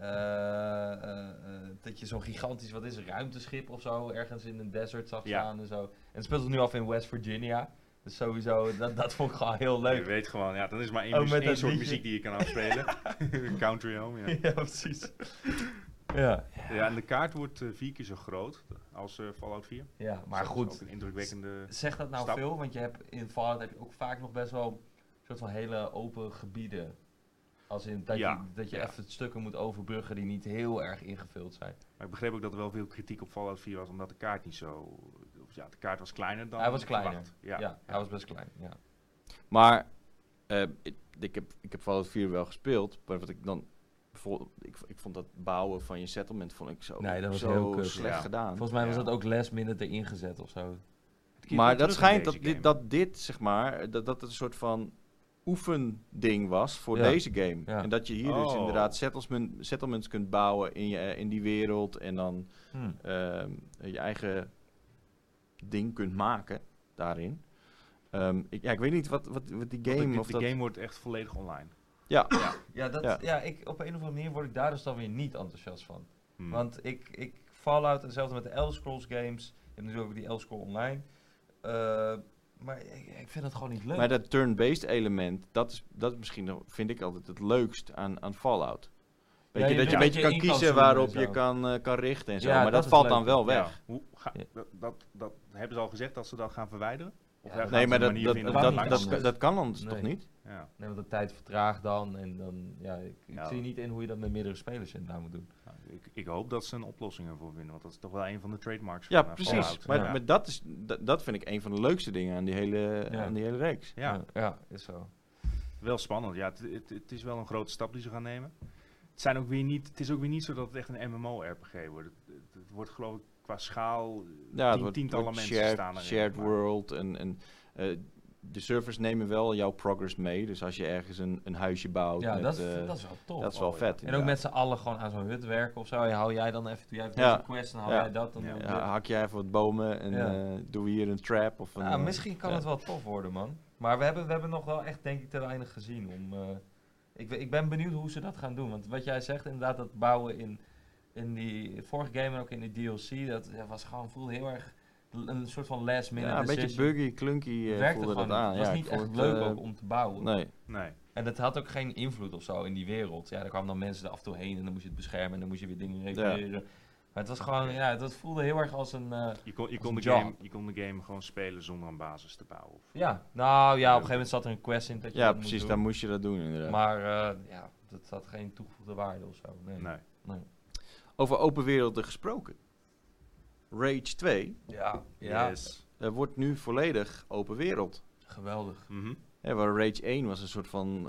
dat je zo'n gigantisch, ruimteschip of zo, ergens in een desert zag staan en zo. En het speelt zich nu af in West Virginia. Dus sowieso, dat vond ik gewoon heel leuk. Je weet gewoon, dan is maar één soort muziek die je kan afspelen. Country home, ja. Ja, precies. Ja, en de kaart wordt 4 keer zo groot als Fallout 4. Ja, maar goed. Ook een indrukwekkende Zeg dat nou stap. veel? Want in Fallout heb je ook vaak nog best wel een soort van hele open gebieden. Als in dat je even stukken moet overbruggen die niet heel erg ingevuld zijn. Maar ik begreep ook dat er wel veel kritiek op Fallout 4 was, omdat de kaart niet zo... Ja, de kaart was kleiner dan... Hij was kleiner. Verwacht. Ja, hij was best klein, ja. Maar ik heb Fallout 4 wel gespeeld, maar wat ik dan bijvoorbeeld, ik vond dat bouwen van je settlement vond ik zo, Nee, dat was zo heel kut. slecht Ja. gedaan. Volgens mij was Ja. dat ook last minute erin gezet of zo. Maar dat schijnt dat dat dit, zeg maar, dat het een soort van oefending was voor Ja. deze game. Ja. En dat je hier dus Oh. inderdaad settlements kunt bouwen in die wereld en dan je eigen ding kunt maken daarin. Ik weet niet wat die game... of de dat, game wordt echt volledig online. ja, Ja, ik, op een of andere manier word ik daar dus dan weer niet enthousiast van. Hmm. Want ik Fallout, en hetzelfde met de Elder Scrolls games. Je hebt natuurlijk ook die Elder Scrolls Online. Maar ik vind het gewoon niet leuk. maar dat turn-based element, dat is misschien, vind ik altijd het leukst aan Fallout. Weet Ja, je, je dat je een doet beetje dat kan je in kan kiezen zoomen waarop en je zo. kan richten en zo. Ja, Maar dat dat is valt leuk. dan wel Ja. weg. Dat hebben ze al gezegd dat ze dat gaan verwijderen? Of Ja, gaan Nee, ze maar een manier vinden om kan het niet langs- anders. dat kan anders Nee. toch niet? Ja. Nee, want de tijd vertraagt dan. En dan, ja, ik Ja. zie niet in hoe je dat met meerdere spelers inderdaad moet doen. Nou, ik hoop dat ze een oplossing ervoor vinden, want dat is toch wel een van de trademarks Ja, van precies. Fallout. Maar, Ja. maar dat vind ik een van de leukste dingen aan die hele reeks. Ja, Ja, is zo. wel spannend. Ja, het is wel een grote stap die ze gaan nemen. Het is ook weer niet zo dat het echt een MMO-RPG wordt. Het wordt geloof ik qua schaal Ja, het wordt tientallen mensen shared, staan erin. shared maar- world en de servers nemen wel jouw progress mee. Dus als je ergens een huisje bouwt, Ja, met, dat is wel tof. dat is wel ja. vet. En ook met z'n allen gewoon aan zo'n hut werken of zo. Ja, hou jij dan even, doe jij Ja. deze quest en hou Ja. jij dat. Dan Ja. doe ik Ja, dit. hak jij even wat bomen en Ja. doen we hier een trap of een... Ja, misschien kan ja. het wel tof worden, man. Maar we hebben nog wel echt, denk ik, te weinig gezien. Ik ben benieuwd hoe ze dat gaan doen. Want wat jij zegt, inderdaad, dat bouwen in die vorige game en ook in die DLC, dat voelde heel erg een soort van last minute Ja, een beetje decision. buggy, clunky Werkte voelde gewoon dat aan. niet. Het was Ja, niet ik echt vond leuk het, ook om te bouwen. Nee. Nee. En dat had ook geen invloed of zo in die wereld. Ja, er kwamen dan mensen er af en toe heen en dan moest je het beschermen en dan moest je weer dingen repareren. Maar het was gewoon, ja, dat voelde heel erg als een... Je kon een de job. game gewoon spelen zonder een basis te bouwen. Of, ja, nou ja, op een gegeven moment zat er een quest in dat je Ja, dat moest precies, doen. dan moest je dat doen inderdaad. Maar ja, dat had geen toegevoegde waarde of zo. Nee. nee. Over open werelden gesproken. Rage 2 Ja, Yes. wordt nu volledig open wereld. geweldig. Mhm. Waar Rage 1 was een soort van...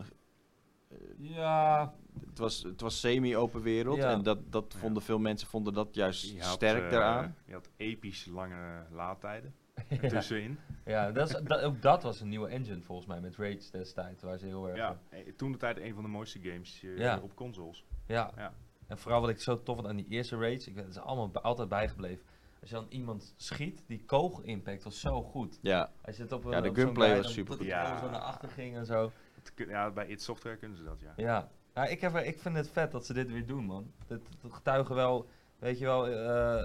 Ja, Het was semi-open wereld Ja. en dat vonden veel mensen vonden dat juist Je had, sterk daaraan. Je had episch lange laadtijden ja. tussenin. Ja, ook dat was een nieuwe engine volgens mij met Rage destijds, waar ze heel erg... Ja, toen de tijd een van de mooiste games Ja. op consoles. Ja. Ja. En vooral wat ik zo tof vond aan die eerste Rage, het is allemaal altijd bijgebleven. Als je dan iemand schiet, die kogelimpact was zo goed. Ja, Als je het op Ja, de op zo'n gunplay guy was dan- super dat goed. het Ja. helemaal zo naar achter ging en zo. Ja, bij id Software kunnen ze dat, ja. Ja, ja ik vind het vet dat ze dit weer doen, man. Dat getuigen wel, weet je wel,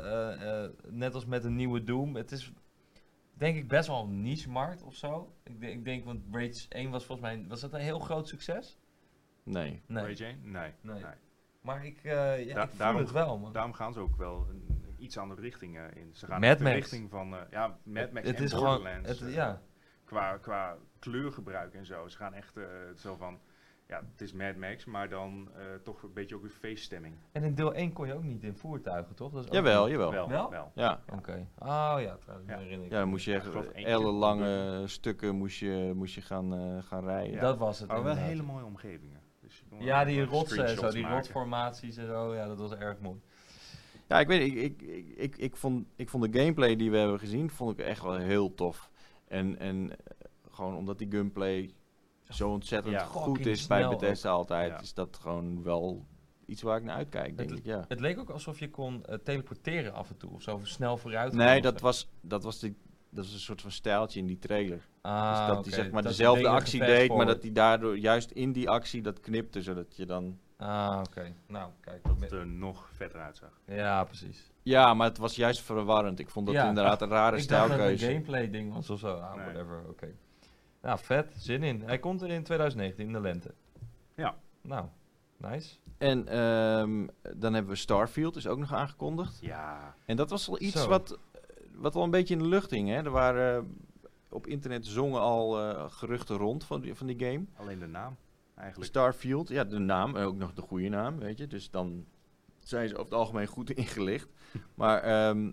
net als met een nieuwe Doom. Het is, denk ik, best wel een niche-markt of zo. Ik denk, want Rage 1 was volgens mij, was dat een heel groot succes? nee. Nee. Rage 1? Nee. Nee. nee. Maar ik voel daarom- het wel, man. Daarom gaan ze ook wel een iets andere richting in. Ze gaan Mad in de Max. richting van Mad Max Het en is gewoon, Borderlands. ja. Qua kleurgebruik en zo. Ze gaan echt zo van, ja, het is Mad Max, maar dan toch een beetje ook een feeststemming. En in deel 1 kon je ook niet in voertuigen, toch? Dat is ook Jawel, niet- jawel. Wel? Ja. Oké. Oh ja, trouwens, Ja. dat herinner ik Ja, dan me. moest je Ja, ik geloof echt één keer ellenlange stukken moest je gaan rijden. Ja. Dat was het. Maar wel inderdaad. hele mooie omgevingen. Dus je kon Ja, wel die wat rotsen en zo, screenshots die maken. rotformaties en zo, ja, dat was erg mooi. Ja, ik weet niet, ik vond de gameplay die we hebben gezien, vond ik echt wel heel tof. En gewoon omdat die gunplay zo ontzettend Ja. goed Fucking is bij snel Bethesda altijd, Ja. is dat gewoon wel iets waar ik naar uitkijk, denk ik, ja. Het leek ook alsof je kon teleporteren af en toe, of zo snel vooruit. gaan Nee, of dat was een soort van stijltje in die trailer. Ah, Dus dat oké. hij zeg maar Dat dezelfde dingen actie gefast deed, maar forward. dat hij daardoor juist in die actie dat knipte, zodat je dan... Ah, oké. Nou, kijk. Dat het er nog vetter uitzag. Ja, precies. Ja, maar het was juist verwarrend. Ik vond dat Ja. inderdaad een rare Ik dacht dat het een stijlkeuze. gameplay ding was of zo. Ah, Nee. whatever, oké. Nou, vet. Zin in. Hij komt er in 2019, in de lente. Ja. Nou, nice. En dan hebben we Starfield, is ook nog aangekondigd. Ja. En dat was al iets Zo. wat al een beetje in de lucht hing. Hè? Er waren op internet zongen al geruchten rond van die game. Alleen de naam, eigenlijk. Starfield, ja, de naam, ook nog de goede naam, weet je. Dus dan zijn ze over het algemeen goed ingelicht. Maar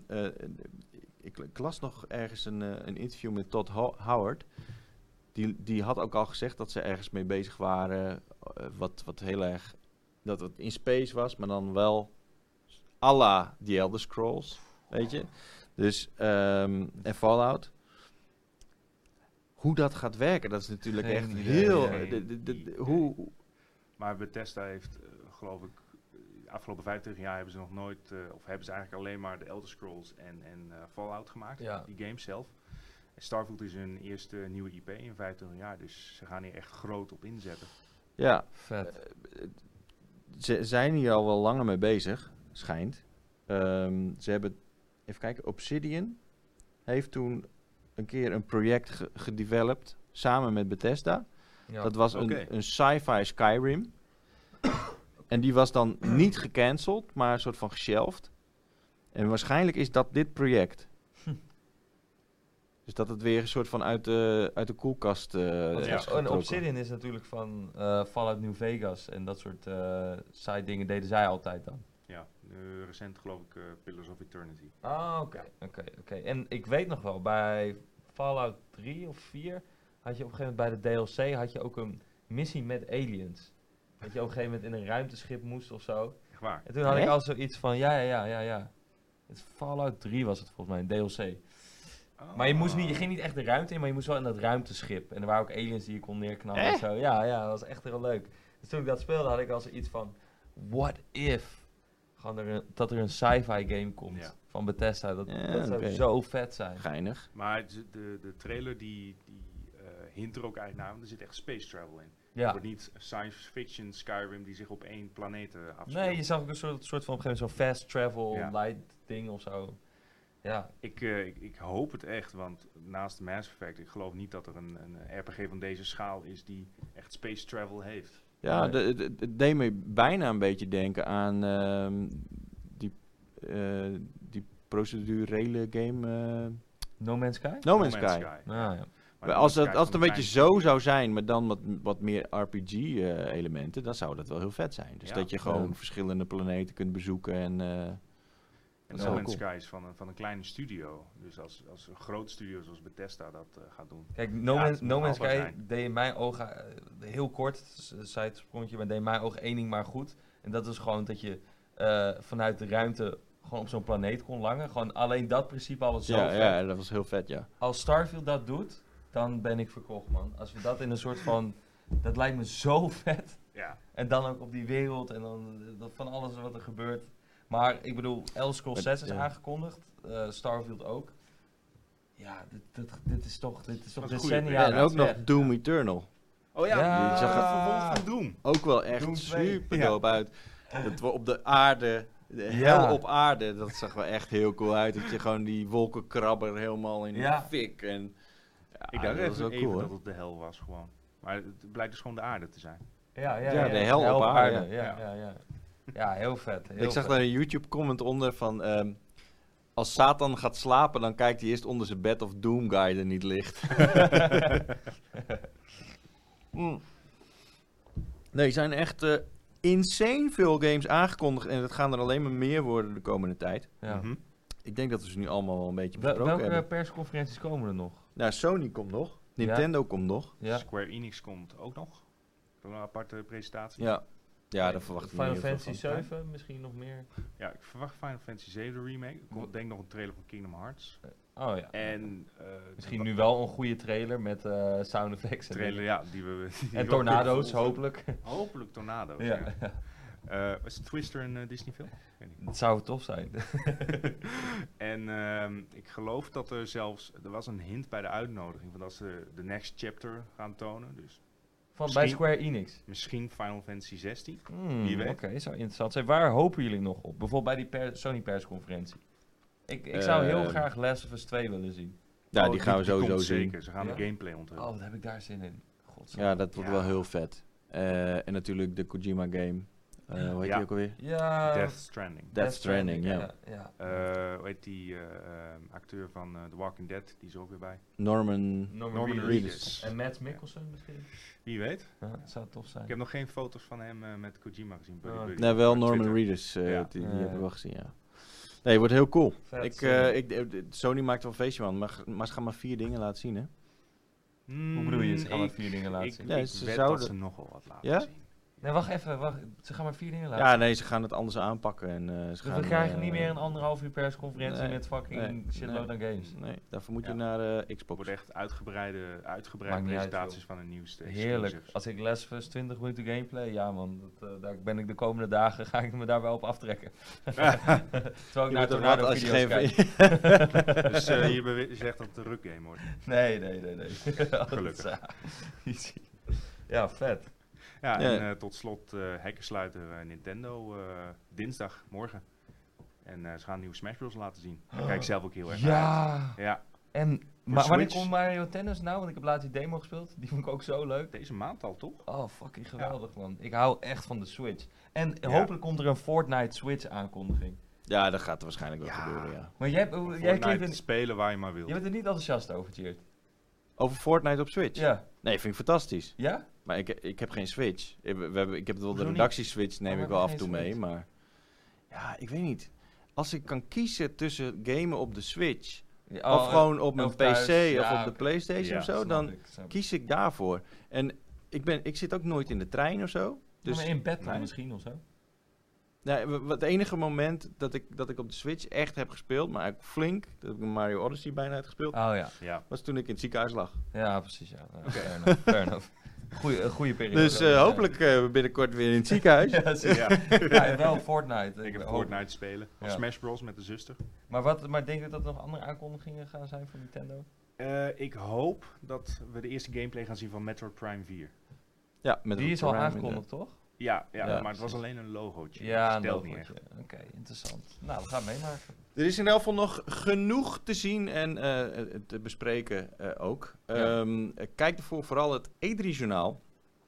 ik las nog ergens een interview met Todd Howard. Die had ook al gezegd dat ze ergens mee bezig waren, wat heel erg dat het in space was, maar dan wel à la The Elder Scrolls, weet je. Dus, en Fallout. Hoe dat gaat werken, dat is natuurlijk Geen echt idee. heel... Nee. hoe... Maar Bethesda heeft, geloof ik, de afgelopen 25 jaar hebben ze nog nooit, of hebben ze eigenlijk alleen maar de Elder Scrolls en Fallout gemaakt, Ja. die games zelf. En Starfield is hun eerste nieuwe IP in 25 jaar, dus ze gaan hier echt groot op inzetten. Ja, Vet. ze zijn hier al wel langer mee bezig, schijnt. Ze hebben, even kijken, Obsidian heeft toen een keer een project gedeveloped samen met Bethesda. Ja. Dat was Oké. een sci-fi Skyrim. En die was dan niet gecanceld, maar een soort van geshelved. En waarschijnlijk is dat dit project. Dus dat het weer een soort van uit de koelkast Want is ja, en getrokken. Obsidian is natuurlijk van Fallout New Vegas en dat soort side dingen deden zij altijd dan. Ja, recent geloof ik Pillars of Eternity. Ah, oké. En ik weet nog wel, bij Fallout 3 of 4 had je op een gegeven moment bij de DLC had je ook een missie met aliens. Dat je op een gegeven moment in een ruimteschip moest of zo. Echt waar. En toen had Hè? ik al zoiets van, ja. Het Fallout 3 was het volgens mij, een DLC. Maar je ging niet echt de ruimte in, maar je moest wel in dat ruimteschip. En er waren ook aliens die je kon neerknallen en zo. Ja, dat was echt heel leuk. Dus toen ik dat speelde had ik al zoiets van, what if? Gewoon dat er een sci-fi game komt Ja. van Bethesda. Dat zou oké. zo vet zijn. Geinig. Maar de trailer die hint er ook eigenlijk naar, want er zit echt space travel in. Het Ja. wordt niet science fiction Skyrim die zich op één planeet afspeelt. Nee, je zag ook een soort van op een gegeven moment zo'n fast travel Ja. light ding of zo. Ja, Ik hoop het echt, want naast Mass Effect, ik geloof niet dat er een RPG van deze schaal is die echt space travel heeft. Ja, Nee. het deed me bijna een beetje denken aan die procedurele game No Man's Sky? No Man's Sky. Ah, ja. Maar Als No het Man's Sky een is beetje van een zo klein zou zijn, maar dan wat meer RPG-elementen, dan zou dat wel heel vet zijn. Dus Ja. dat je gewoon Ja. verschillende planeten kunt bezoeken en... En dat is No wel Man's cool. Sky is van een kleine studio. Dus als een groot studio zoals Bethesda dat gaat doen. Kijk, Ja, No het moet Man's haalbaar Sky zijn. deed in mijn ogen, heel kort, sidesprongetje, maar deed in mijn ogen één ding maar goed. En dat is gewoon dat je vanuit de ruimte gewoon op zo'n planeet kon langen. Gewoon alleen dat principe al was zo vet. Ja, dat was heel vet, ja. Als Starfield dat doet, dan ben ik verkocht, man. Als we dat in een soort van... Dat lijkt me zo vet. Ja, En dan ook op die wereld en dan van alles wat er gebeurt. Maar ik bedoel, Elder Scrolls 6 is Ja. aangekondigd. Starfield ook. Ja, dit is toch Dat is een goeie decennia. en ook nog weg. Doom Eternal. Oh ja, Ja. die zag er vervolg van Doom. Ook wel echt Doom 2. super dope uit. Dat we op de aarde, de Ja. hel op aarde, dat zag wel echt heel cool uit. Dat je gewoon die wolkenkrabber helemaal in Ja. de fik. En, ja, Ik dacht dat was even, wel cool, dat hoor. het de hel was gewoon. Maar het blijkt dus gewoon de aarde te zijn. Ja, Ja, de hel op aarde, Ja, heel vet. Heel Ik zag vet. daar een YouTube comment onder van... als Satan gaat slapen, dan kijkt hij eerst onder zijn bed of Doomguy er niet ligt. Nee, er zijn echt insane veel games aangekondigd. En het gaan er alleen maar meer worden de komende tijd. Ja. Mhm. Ik denk dat we ze nu allemaal wel een beetje Welke besproken hebben. persconferenties komen er nog? Nou, Sony komt nog. Nintendo komt nog. Ja. Square Enix komt ook nog. Ook een aparte presentatie. Ja, daar verwacht ik niet Final heel veel Fantasy van. 7, misschien nog meer. Ja, ik verwacht Final Fantasy 7 de remake. Ik denk nog een trailer van Kingdom Hearts. Oh ja. En Misschien nu wel een goede trailer met sound effects. trailer, ja, die we die En we tornado's, ook volgen. hopelijk. Hopelijk tornado's. Ja. Was het Twister een Disney film? Dat zou tof zijn. En ik geloof dat er zelfs, er was een hint bij de uitnodiging van dat ze de next chapter gaan tonen. Dus Bij Misschien- Square Enix. misschien Final Fantasy 16. Wie weet. Oké, zou interessant zijn. Waar hopen jullie nog op? Bijvoorbeeld bij die Sony persconferentie. Ik zou heel graag Last of Us 2 willen zien. Ja, Oh, die gaan we sowieso komt zien. Zeker, ze gaan Ja? de gameplay onthullen. Oh, wat heb ik daar zin in. Godzijdank. Ja, dat wordt Ja. wel heel vet. En natuurlijk de Kojima game. Hoe heet Ja. die ook alweer? Ja, Death Stranding. Death Stranding, ja. ja. Hoe heet die acteur van The Walking Dead? Die is er ook weer bij. Norman Norman Reedus. Reedus. En Matt Mikkelsen misschien. Wie weet. Ja, dat zou tof zijn. Ik heb nog geen foto's van hem met Kojima gezien. Buddy Oh, Buddy. Nee, wel Op Norman Twitter. Reedus. Ja. Die Ja, hebben we ja. wel gezien, ja. Nee, wordt heel cool. Vet, Sony maakt wel een feestje, man. Maar ze gaan maar 4 dingen laten zien, hè? Hoe bedoel je? Ze gaan maar Ik- 4 dingen laten ik- zien. Ja, ik ze weet zouden- dat ze nog wel wat laten Ja? zien. Nee, wacht even. Ze gaan maar 4 dingen laten. Ja, nee, ze gaan het anders aanpakken. En, ze Dus gaan, we krijgen niet meer een 1,5 uur persconferentie nee, met fucking shitload aan games. Nee, daarvoor moet je Ja. naar Er Xbox. worden echt uitgebreide Maakt niet uit, presentaties joh. van een nieuwste. Heerlijk. exclusives. Als ik Last of Us 20 minuten gameplay, ja man, daar ben ik de komende dagen, ga ik me daar wel op aftrekken. Terwijl ik Je naar moet er Tornado wat als je video's geen... kijk. Dus je zegt dat het een rukgame wordt. Nee. Gelukkig. Easy. Ja, vet. Ja, Ja. en tot slot hekkensluiter Nintendo dinsdag, morgen. En ze gaan een nieuwe Smash Bros. Laten zien. Daar kijk ik zelf ook heel erg naar Ja. uit. Ja, En wanneer Switch. komt Mario Tennis nou? Want ik heb laatst die demo gespeeld. Die vond ik ook zo leuk. deze maand al, toch? Oh, fucking geweldig man. Ik hou echt van de Switch. En Ja. hopelijk komt er een Fortnite Switch aankondiging. Ja, dat gaat er waarschijnlijk wel Ja. gebeuren, ja. Maar jij Fortnite klinkt spelen waar je maar wil. je bent er niet enthousiast over, Tjeerd. Over Fortnite op Switch? Ja. Nee, vind ik fantastisch. Ja? Maar ik heb geen Switch. Ik heb wel de Hoezo niet? redactieswitch, neem Waarom ik wel heb af je en toe geen mee. Switch? Maar ja, ik weet niet. Als ik kan kiezen tussen gamen op de Switch... Ja, of gewoon op mijn of thuis, PC ja, of op de oké. PlayStation Ja, of zo, Snap dan ik, snap ik. kies ik daarvoor. En ik zit ook nooit in de trein of zo. Dus Dus in bed dan Nee. misschien of zo? het enige moment dat ik op de Switch echt heb gespeeld, maar ook flink, dat heb ik Mario Odyssey bijna uitgespeeld, Oh ja. Ja. was toen ik in het ziekenhuis lag. Ja, precies. Ja. Fair enough. Goeie periode. Dus hopelijk binnenkort weer in het ziekenhuis. Ja, zie je. Ja. Ja, en wel Fortnite. Ik heb hoop- Fortnite spelen. Of Ja. Smash Bros. Met de zuster. Maar denk je dat er nog andere aankondigingen gaan zijn voor Nintendo? Ik hoop dat we de eerste gameplay gaan zien van Metroid Prime 4. Ja, met Die een is al Prime, aangekondigd, toch? Ja, Ja, maar het was precies. alleen een logootje. Ja, dat een stelt niet logootje. echt. Oké, interessant. Nou, we gaan het meemaken. Er is in elk geval nog genoeg te zien en te bespreken ook. Ja. Kijk ervoor vooral het E3-journaal.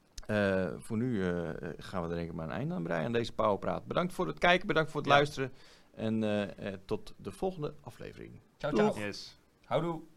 Voor nu gaan we er denk ik maar een einde aan breien aan deze Powerpraat. Bedankt voor het kijken, bedankt voor het Ja. luisteren. En tot de volgende aflevering. Ciao, ciao. Yes. Houdoe.